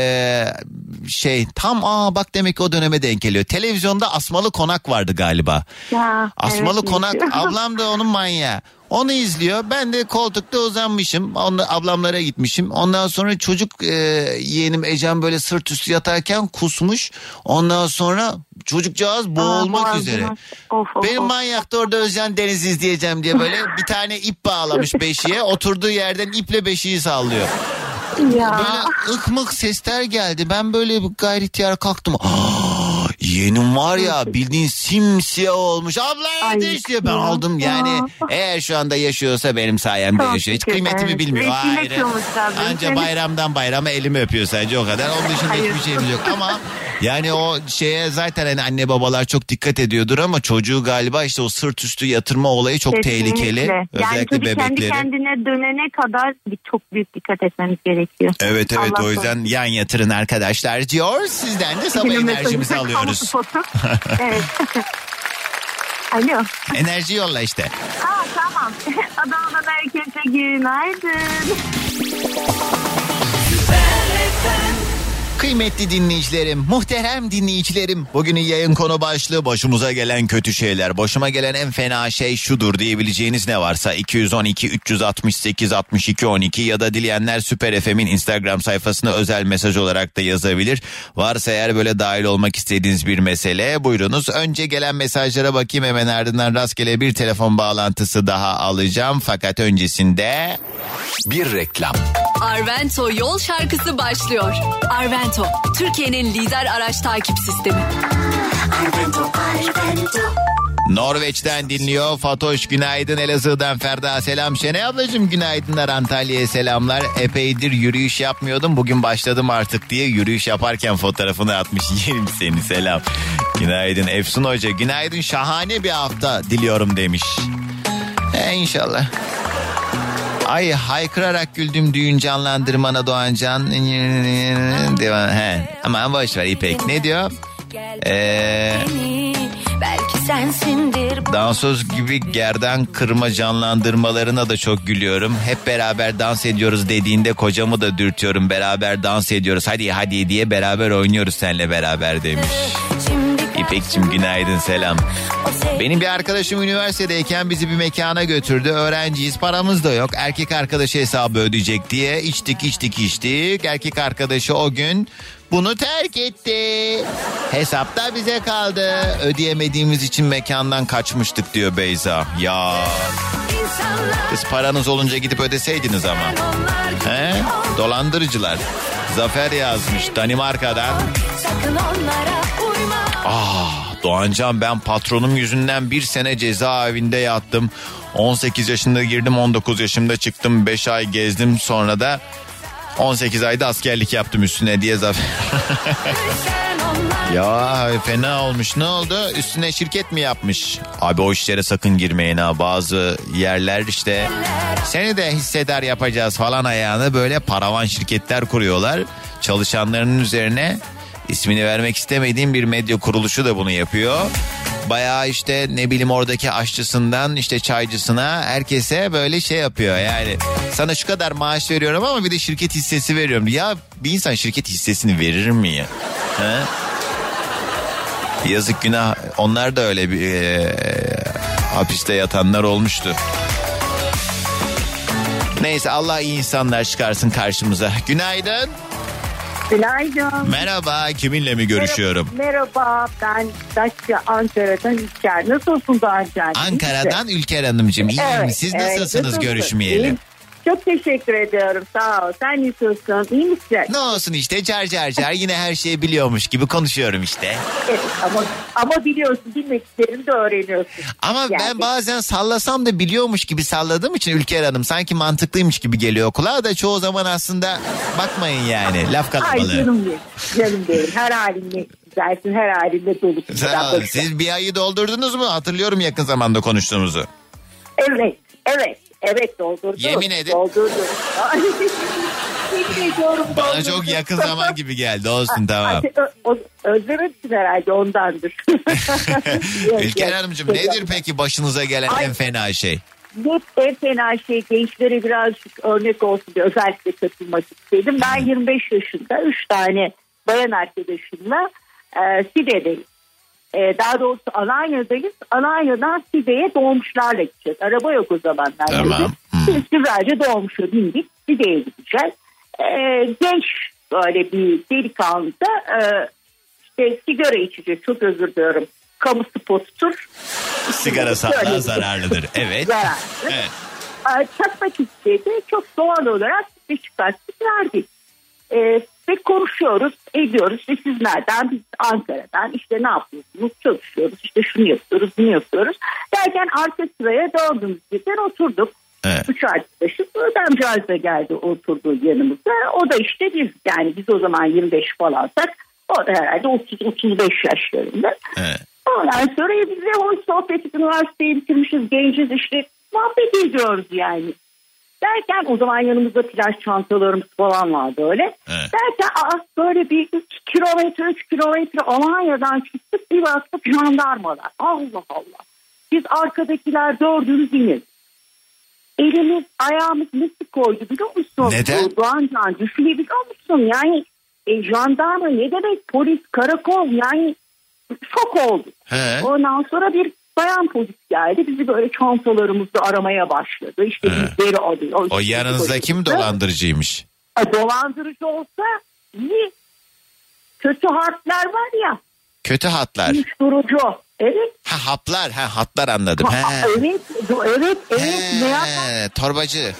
S5: tam bak demek ki o döneme denk geliyor. Televizyonda Asmalı Konak vardı galiba. Asmalı Konak. Ablam da onun manyağı. Onu izliyor. Ben de koltukta uzanmışım. Ablamlara gitmişim. Ondan sonra çocuk yeğenim Ecem böyle sırt üstü yatarken kusmuş. Ondan sonra çocukcağız boğulmak üzere. Benim manyak da orada Özcan Deniz izleyeceğim diye böyle bir tane ip bağlamış beşiğe. Oturduğu yerden iple beşiği sallıyor. Böyle ıkmık sesler geldi. Ben böyle gayri ihtiyar kalktım. Yeğenim var ya, bildiğin simsiyah olmuş. Abla yetiş diye ben aldım. Yani eğer şu anda yaşıyorsa benim sayemde yaşıyor. Hiç kıymetimi bilmiyor. Anca bayramdan bayrama elimi öpüyor sadece, o kadar. Onun dışında hiçbir şeyimiz yok. Ama yani o şeye zaten hani anne babalar çok dikkat ediyordur ama çocuğu galiba işte o sırt üstü yatırma olayı çok tehlikeli. Özellikle
S14: yani
S5: bebekleri.
S14: Kendi kendine dönene kadar çok büyük dikkat etmemiz gerekiyor.
S5: Evet o yüzden yan yatırın arkadaşlar diyor. Sizden de sabah enerjimizi alıyoruz.
S14: Evet. Alo.
S5: Enerji yolla işte.
S14: Tamam. Adana'dan herkese günaydın.
S5: Kıymetli dinleyicilerim, muhterem dinleyicilerim. Bugünün yayın konu başlığı başımıza gelen kötü şeyler. Başıma gelen en fena şey şudur diyebileceğiniz ne varsa 212 368 62 12 ya da dileyenler Süper FM'in Instagram sayfasına özel mesaj olarak da yazabilir. Varsa eğer böyle dahil olmak istediğiniz bir mesele, buyurunuz. Önce gelen mesajlara bakayım, hemen ardından rastgele bir telefon bağlantısı daha alacağım. Fakat öncesinde
S4: bir reklam.
S15: Arvento yol şarkısı başlıyor. Arvento, Türkiye'nin lider araç takip sistemi.
S2: Arvento.
S5: Norveç'ten dinliyor Fatoş, günaydın. Elazığ'dan Ferda selam. Şenay ablacığım günaydınlar, Antalya'ya selamlar. Epeydir yürüyüş yapmıyordum, bugün başladım artık diye yürüyüş yaparken fotoğrafını atmış. Yerim seni, selam. Günaydın Efsun Hoca, günaydın, şahane bir hafta diliyorum demiş. İnşallah. Ay haykırarak güldüm düğün canlandırmana Doğancan. Devam. Aman boş ver İpek. Ne diyor?
S2: Belki sensindir.
S5: Dansöz gibi gerdan kırma canlandırmalarına da çok gülüyorum. Hep beraber dans ediyoruz dediğinde kocamı da dürtüyorum. Beraber dans ediyoruz. Hadi diye beraber oynuyoruz seninle beraber demiş. İpek'cim günaydın, selam. Benim bir arkadaşım üniversitedeyken bizi bir mekana götürdü. Öğrenciyiz, paramız da yok. Erkek arkadaşı hesabı ödeyecek diye içtik. Erkek arkadaşı o gün bunu terk etti. Hesap da bize kaldı. Ödeyemediğimiz için mekandan kaçmıştık diyor Beyza. Ya. Kız paranız olunca gidip ödeseydiniz ama. He? Dolandırıcılar. Zafer yazmış Danimarka'dan. Doğancan, ben patronum yüzünden 1 sene cezaevinde yattım. 18 yaşında girdim, 19 yaşımda çıktım. 5 ay gezdim, sonra da 18 ayda askerlik yaptım üstüne diye Zafer. Ya fena olmuş. Ne oldu? Üstüne şirket mi yapmış? Abi o işlere sakın girmeyin ha. Bazı yerler işte seni de hissedar yapacağız falan ayağını böyle paravan şirketler kuruyorlar. Çalışanlarının üzerine, ismini vermek istemediğim bir medya kuruluşu da bunu yapıyor. Bayağı işte ne bileyim oradaki aşçısından işte çaycısına herkese böyle şey yapıyor. Yani sana şu kadar maaş veriyorum ama bir de şirket hissesi veriyorum. Ya bir insan şirket hissesini verir mi ya? He? Yazık, günah. Onlar da öyle bir hapiste yatanlar olmuştu. Neyse, Allah iyi insanlar çıkarsın karşımıza. Günaydın.
S16: Günaydın.
S5: Merhaba, kiminle mi görüşüyorum?
S16: Merhaba, ben Datça, Ankara'dan Ülker. Nasılsın Doğancan?
S5: Ankara'dan Ülker Hanımcığım. İyiyim. Siz nasılsınız görüşmeyeli?
S16: İyiyim. Çok teşekkür ediyorum, sağ ol. Sen nasılsın, iyi misin?
S5: Ne olsun işte, car yine her şeyi biliyormuş gibi konuşuyorum işte.
S16: Evet, ama biliyorsun, bilmediklerini de öğreniyorsun.
S5: Ama yani ben bazen sallasam da biliyormuş gibi salladığım için Ülker Hanım sanki mantıklıymış gibi geliyor kulağa da çoğu zaman aslında bakmayın yani, laf kalabalığı.
S16: Ay canım benim, her halinle güzelsin, her halinle dolusun.
S5: Sağ olun. Siz bir ayı doldurdunuz mu? Hatırlıyorum yakın zamanda konuştuğumuzu.
S16: Evet doldurdum.
S5: Yemin edin.
S16: Doldurdum. Yemin ediyorum.
S5: Bana çok yakın zaman gibi geldi. Olsun, tamam.
S16: Özlemişsin herhalde, ondandır.
S5: Ülker Hanımcığım, nedir peki başınıza gelen en fena şey?
S16: En fena şey, gençlere birazcık örnek olsun diye özellikle katılmak istedim. Ben 25 yaşında 3 tane bayan arkadaşımla Side'deyim. Daha doğrusu Alanya'dayız. Alanya'dan Side'ye dolmuşlarla gideceğiz. Araba yok o zamanlar.
S5: Tamam.
S16: Biz güzelce dolmuşa bindik. Side'ye gideceğiz. Genç böyle bir delikanlı da işte sigara içecek. Çok özür diliyorum. Kamu spotudur.
S5: Sigara sağlığa zararlıdır. Evet.
S16: Zararlı.
S5: Evet.
S16: Çakmak istedi. Çok doğal olarak bir çıkarttık, verdik. Ve konuşuyoruz, ediyoruz. İşte siz nereden? Biz Ankara'dan. İşte ne yapıyorsunuz? Çalışıyoruz. İşte şunu yapıyoruz, bunu yapıyoruz. Derken arka sıraya dördümüz birden oturduk.
S5: Evet.
S16: 3 arkadaşız. Adamcağız da geldi, oturdu yanımıza. O da işte biz o zaman 25 falansak. O da herhalde 30-35 yaşlarında.
S5: Evet.
S16: Ondan sonra biz de hoş sohbet, üniversiteyi bitirmişiz, genciz, işte muhabbet ediyoruz yani. Derken o zaman yanımızda plaj çantalarımız falan vardı öyle.
S5: Evet.
S16: Derken böyle bir 3 kilometre Alanya'dan çıktık, bir baktık jandarmalar. Allah Allah. Biz arkadakiler dördümüz iniz. Elimiz ayağımız nasıl koydu biliyor musun?
S5: Neden?
S16: Doğancan, düşünebiliyor musun? Yani jandarma ne demek, polis, karakol, yani şok olduk. Ondan sonra bir bayan polis geldi. Bizi böyle çantalarımızda aramaya başladı. İşte bizleri alıyor.
S5: O yanınızdaki mi dolandırıcıymış?
S16: Dolandırıcı olsa iyi. Kötü harfler var ya.
S5: Kötü hatlar.
S16: Uyuşturucu. Evet.
S5: Haplar. Hatlar anladım.
S16: Evet. Ne
S5: torbacı.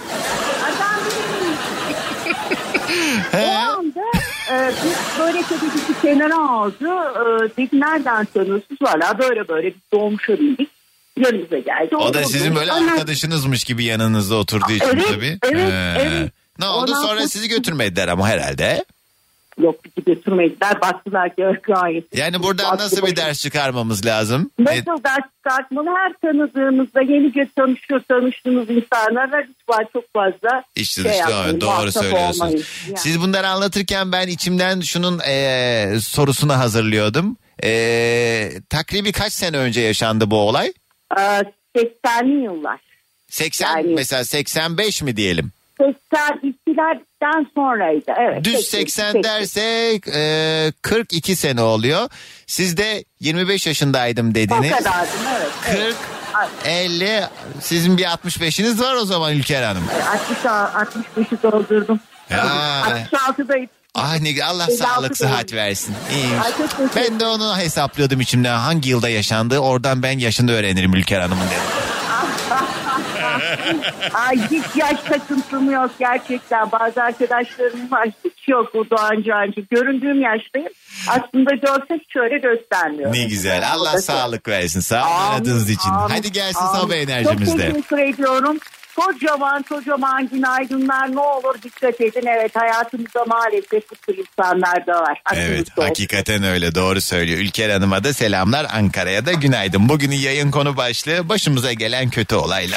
S16: O anda biz böyle bizi kenara aldı. Dedi nereden tanıyorsunuz? Valla böyle biz dolmuşa bindik. Yanımıza geldi.
S5: O da sizin böyle arkadaşınızmış gibi yanınızda oturduğu için tabii.
S16: Evet.
S5: Ne oldu?
S16: Ondan
S5: sonra sizi götürmediler ama herhalde.
S16: Yok, bizi götürmediler. Baktılar ki gayet.
S5: Yani buradan nasıl bir ders çıkarmamız lazım?
S16: Nasıl ders çıkartmalı? Her tanıdığımızda yeni tanıştığınız insanlarla lütfen çok fazla
S5: doğru söylüyorsunuz. Yani. Siz bunları anlatırken ben içimden şunun sorusunu hazırlıyordum. Takribi kaç sene önce yaşandı bu olay?
S16: 80'li yıllar.
S5: 80
S16: yani,
S5: mesela 85 mi diyelim?
S16: 82'lerden sonraydı. Evet.
S5: Düz 80 dersek 42 sene oluyor. Siz de 25 yaşındaydım dediniz.
S16: O kadardım, evet.
S5: 40, 50, sizin bir 65'iniz var o zaman Ülker Hanım.
S16: 65'i doldurdum. 66'dayım.
S5: Allah sağlık sıhhat versin. İyiyim. Ben de onu hesaplıyordum içimden. Hangi yılda yaşandı? Oradan ben yaşını öğrenirim Ülker Hanım'ın dedim.
S16: Ay hiç yaş takıntım yok gerçekten. Bazı arkadaşlarım var hiç yok bu Doğancı'cı. Göründüğüm yaştayım. Aslında görsek şöyle göstermiyor.
S5: Ne güzel. Allah sağlık versin. Sağ olun aradığınız için. Hadi gelsin sabah enerjimizde.
S16: Çok teşekkür ediyorum. Kocaman günaydınlar, ne olur dikkat edin. Evet, hayatımızda maalesef bu tür insanlar da var.
S5: Evet, hakikaten öyle, doğru söylüyor. Ülker Hanım'a da selamlar, Ankara'ya da günaydın. Bugünün yayın konu başlığı başımıza gelen kötü olaylar.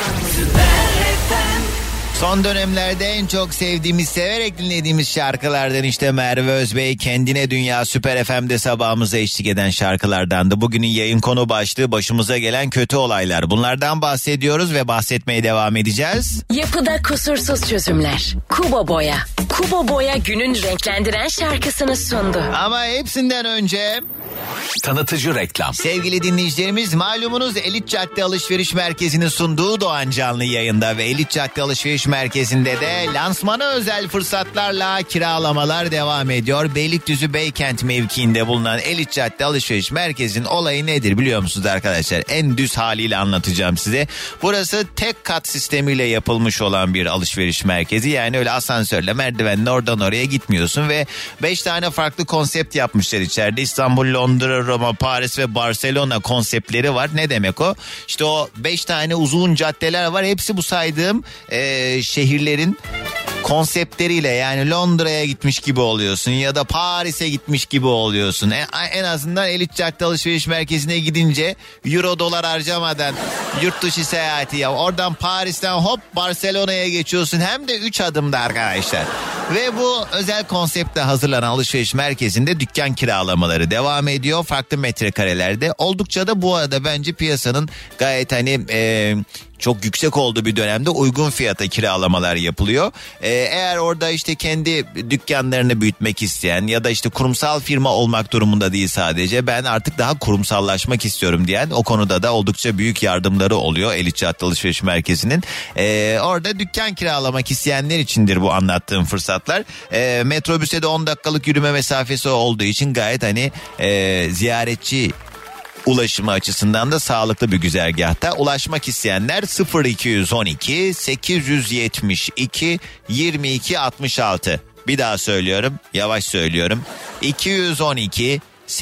S5: Son dönemlerde en çok sevdiğimiz, severek dinlediğimiz şarkılardan işte Merve Özbey, Kendine Dünya, Süper FM'de sabahımıza eşlik eden şarkılardandı. Bugünün yayın konu başlığı başımıza gelen kötü olaylar. Bunlardan bahsediyoruz ve bahsetmeye devam edeceğiz.
S12: Yapıda kusursuz çözümler. Kubo Boya. Kubo Boya günün renklendiren şarkısını sundu.
S5: Ama hepsinden önce...
S4: Tanıtıcı reklam.
S5: Sevgili dinleyicilerimiz, malumunuz Elit Cadde Alışveriş Merkezi'nin sunduğu Doğan Canlı yayında ve Elit Cadde Alışveriş Merkezi'nde de lansmana özel fırsatlarla kiralamalar devam ediyor. Beylikdüzü Beykent mevkiinde bulunan Elit Cadde Alışveriş Merkezi'nin olayı nedir biliyor musunuz arkadaşlar? En düz haliyle anlatacağım size. Burası tek kat sistemiyle yapılmış olan bir alışveriş merkezi. Yani öyle asansörle, merdivenle oradan oraya gitmiyorsun ve 5 tane farklı konsept yapmışlar içeride. İstanbul, Londra, Roma, Paris ve Barcelona konseptleri var. Ne demek o? İşte o 5 tane uzun caddeler var. Hepsi bu saydığım şehirlerin konseptleriyle, yani Londra'ya gitmiş gibi oluyorsun ya da Paris'e gitmiş gibi oluyorsun. En azından Elit Cadde Alışveriş Merkezi'ne gidince euro dolar harcamadan yurt dışı seyahati ya. Oradan Paris'ten hop Barcelona'ya geçiyorsun. Hem de 3 adımda arkadaşlar. Ve bu özel konseptle hazırlanan alışveriş merkezinde dükkan kiralamaları devam ediyor. Farklı metrekarelerde. Oldukça da bu arada bence piyasanın gayet çok yüksek olduğu bir dönemde uygun fiyata kiralamalar yapılıyor. Eğer orada işte kendi dükkanlarını büyütmek isteyen ya da işte kurumsal firma olmak durumunda değil, sadece ben artık daha kurumsallaşmak istiyorum diyen, o konuda da oldukça büyük yardımları oluyor Elit Cadde Alışveriş Merkezi'nin. Orada dükkan kiralamak isteyenler içindir bu anlattığım fırsatlar. Metrobüse de 10 dakikalık yürüme mesafesi olduğu için gayet ziyaretçi ulaşımı açısından da sağlıklı bir güzergahta. Ulaşmak isteyenler 0212 872 22 66. Bir daha söylüyorum, yavaş söylüyorum. 212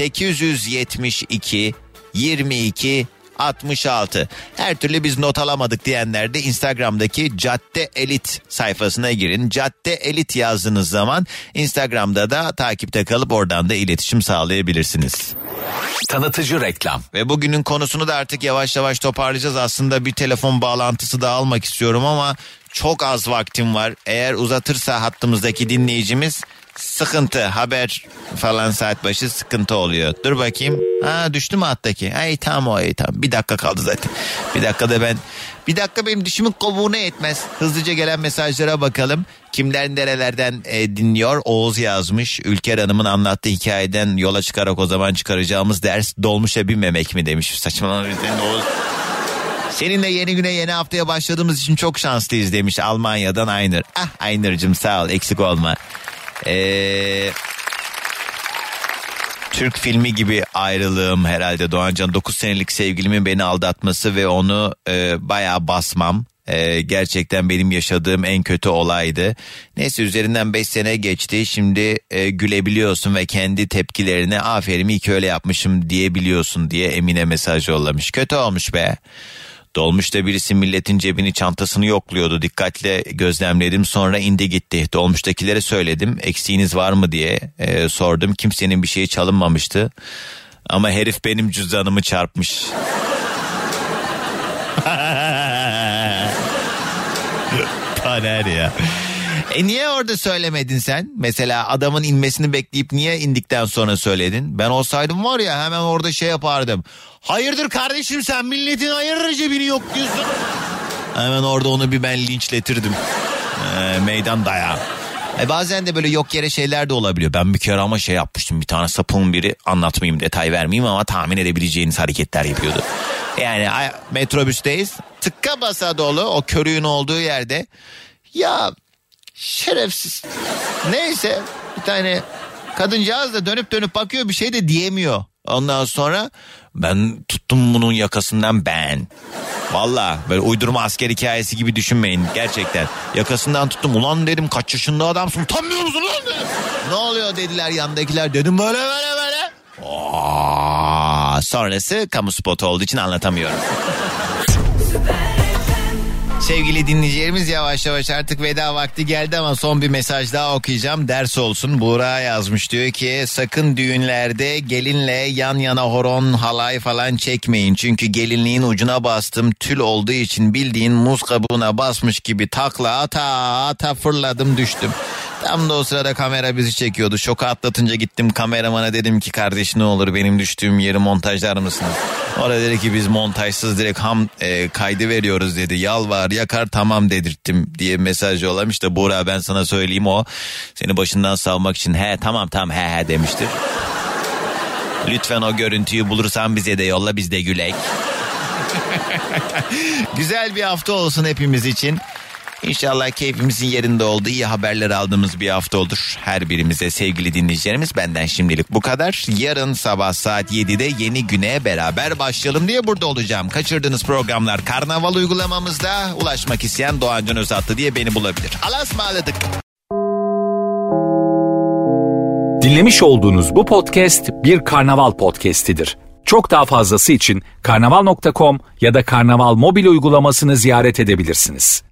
S5: 872 22 66. Her türlü biz not alamadık diyenler de Instagram'daki Cadde Elit sayfasına girin. Cadde Elit yazdığınız zaman Instagram'da da takipte kalıp oradan da iletişim sağlayabilirsiniz.
S4: Tanıtıcı reklam.
S5: Ve bugünün konusunu da artık yavaş yavaş toparlayacağız. Aslında bir telefon bağlantısı da almak istiyorum ama çok az vaktim var. Eğer uzatırsa hattımızdaki dinleyicimiz sıkıntı, haber falan saat başı sıkıntı oluyor. Dur bakayım. Düştü mü hattaki? Tamam. Bir dakika kaldı zaten. Bir dakika benim dişimin kovuğuna yetmez. Hızlıca gelen mesajlara bakalım. Kimler nerelerden dinliyor? Oğuz yazmış. Ülker Hanım'ın anlattığı hikayeden yola çıkarak o zaman çıkaracağımız ders dolmuşa binmemek mi demiş. Saçmalama Oğuz. Seninle yeni güne, yeni haftaya başladığımız için çok şanslıyız demiş Almanya'dan Aynur. Aynur'cum sağ ol, eksik olma. Türk filmi gibi ayrılığım herhalde Doğancan. 9 senelik sevgilimin beni aldatması ve onu bayağı basmam. Gerçekten benim yaşadığım en kötü olaydı. Neyse, üzerinden 5 sene geçti. Şimdi gülebiliyorsun ve kendi tepkilerine aferin iyi ki öyle yapmışım diyebiliyorsun diye Emine mesaj yollamış. Kötü olmuş be. Dolmuşta birisi milletin cebini, çantasını yokluyordu. Dikkatle gözlemledim, sonra indi gitti. Dolmuştakilere söyledim, eksiğiniz var mı diye sordum. Kimsenin bir şeyi çalınmamıştı. Ama herif benim cüzdanımı çarpmış. Taner ya. Niye orada söylemedin sen? Mesela adamın inmesini bekleyip niye indikten sonra söyledin? Ben olsaydım var ya hemen orada şey yapardım. Hayırdır kardeşim, sen milletin hayırdır cebini yok diyorsun. Hemen orada onu bir ben linçletirdim. Meydan dayağı. Bazen de böyle yok yere şeyler de olabiliyor. Ben bir kere ama şey yapmıştım. Bir tane sapığın biri, anlatmayayım, detay vermeyeyim ama tahmin edebileceğiniz hareketler yapıyordu. Yani metrobüsteyiz. Tıkka basa dolu, o körüğün olduğu yerde. Ya şerefsiz. Neyse, bir tane kadıncağız da dönüp bakıyor, bir şey de diyemiyor. Ondan sonra ben tuttum bunun yakasından ben. Valla böyle uydurma asker hikayesi gibi düşünmeyin gerçekten. Yakasından tuttum. Ulan dedim kaç yaşında adamsın, utanmıyor musun lan dedim. Ne oluyor dediler yandakiler, dedim böyle. Sonrası kamu spotu olduğu için anlatamıyorum. Sevgili dinleyicilerimiz, yavaş yavaş artık veda vakti geldi ama son bir mesaj daha okuyacağım. Ders olsun. Buğra yazmış, diyor ki sakın düğünlerde gelinle yan yana horon halay falan çekmeyin. Çünkü gelinliğin ucuna bastım, tül olduğu için bildiğin muz kabuğuna basmış gibi takla ata fırladım düştüm. Tam da o sırada kamera bizi çekiyordu. Şoku atlatınca gittim kameramana, dedim ki kardeş ne olur benim düştüğüm yeri montajlar mısınız? Orada dedi ki biz montajsız direkt kaydı veriyoruz dedi. Yalvar yakar tamam dedirttim diye mesaj yollamış da Buğra, ben sana söyleyeyim, o seni başından savmak için tamam he demiştir. Lütfen o görüntüyü bulursan bize de yolla, biz de gülek. Güzel bir hafta olsun hepimiz için. İnşallah keyfimizin yerinde olduğu, iyi haberler aldığımız bir hafta olur. Her birimize sevgili dinleyicilerimiz, benden şimdilik bu kadar. Yarın sabah saat 7'de yeni güne beraber başlayalım diye burada olacağım. Kaçırdığınız programlar Karnaval uygulamamızda. Ulaşmak isteyen Doğan Can Özatlı diye beni bulabilir. Allah'a ısmarladık.
S4: Dinlemiş olduğunuz bu podcast bir Karnaval podcastidir. Çok daha fazlası için karnaval.com ya da Karnaval mobil uygulamasını ziyaret edebilirsiniz.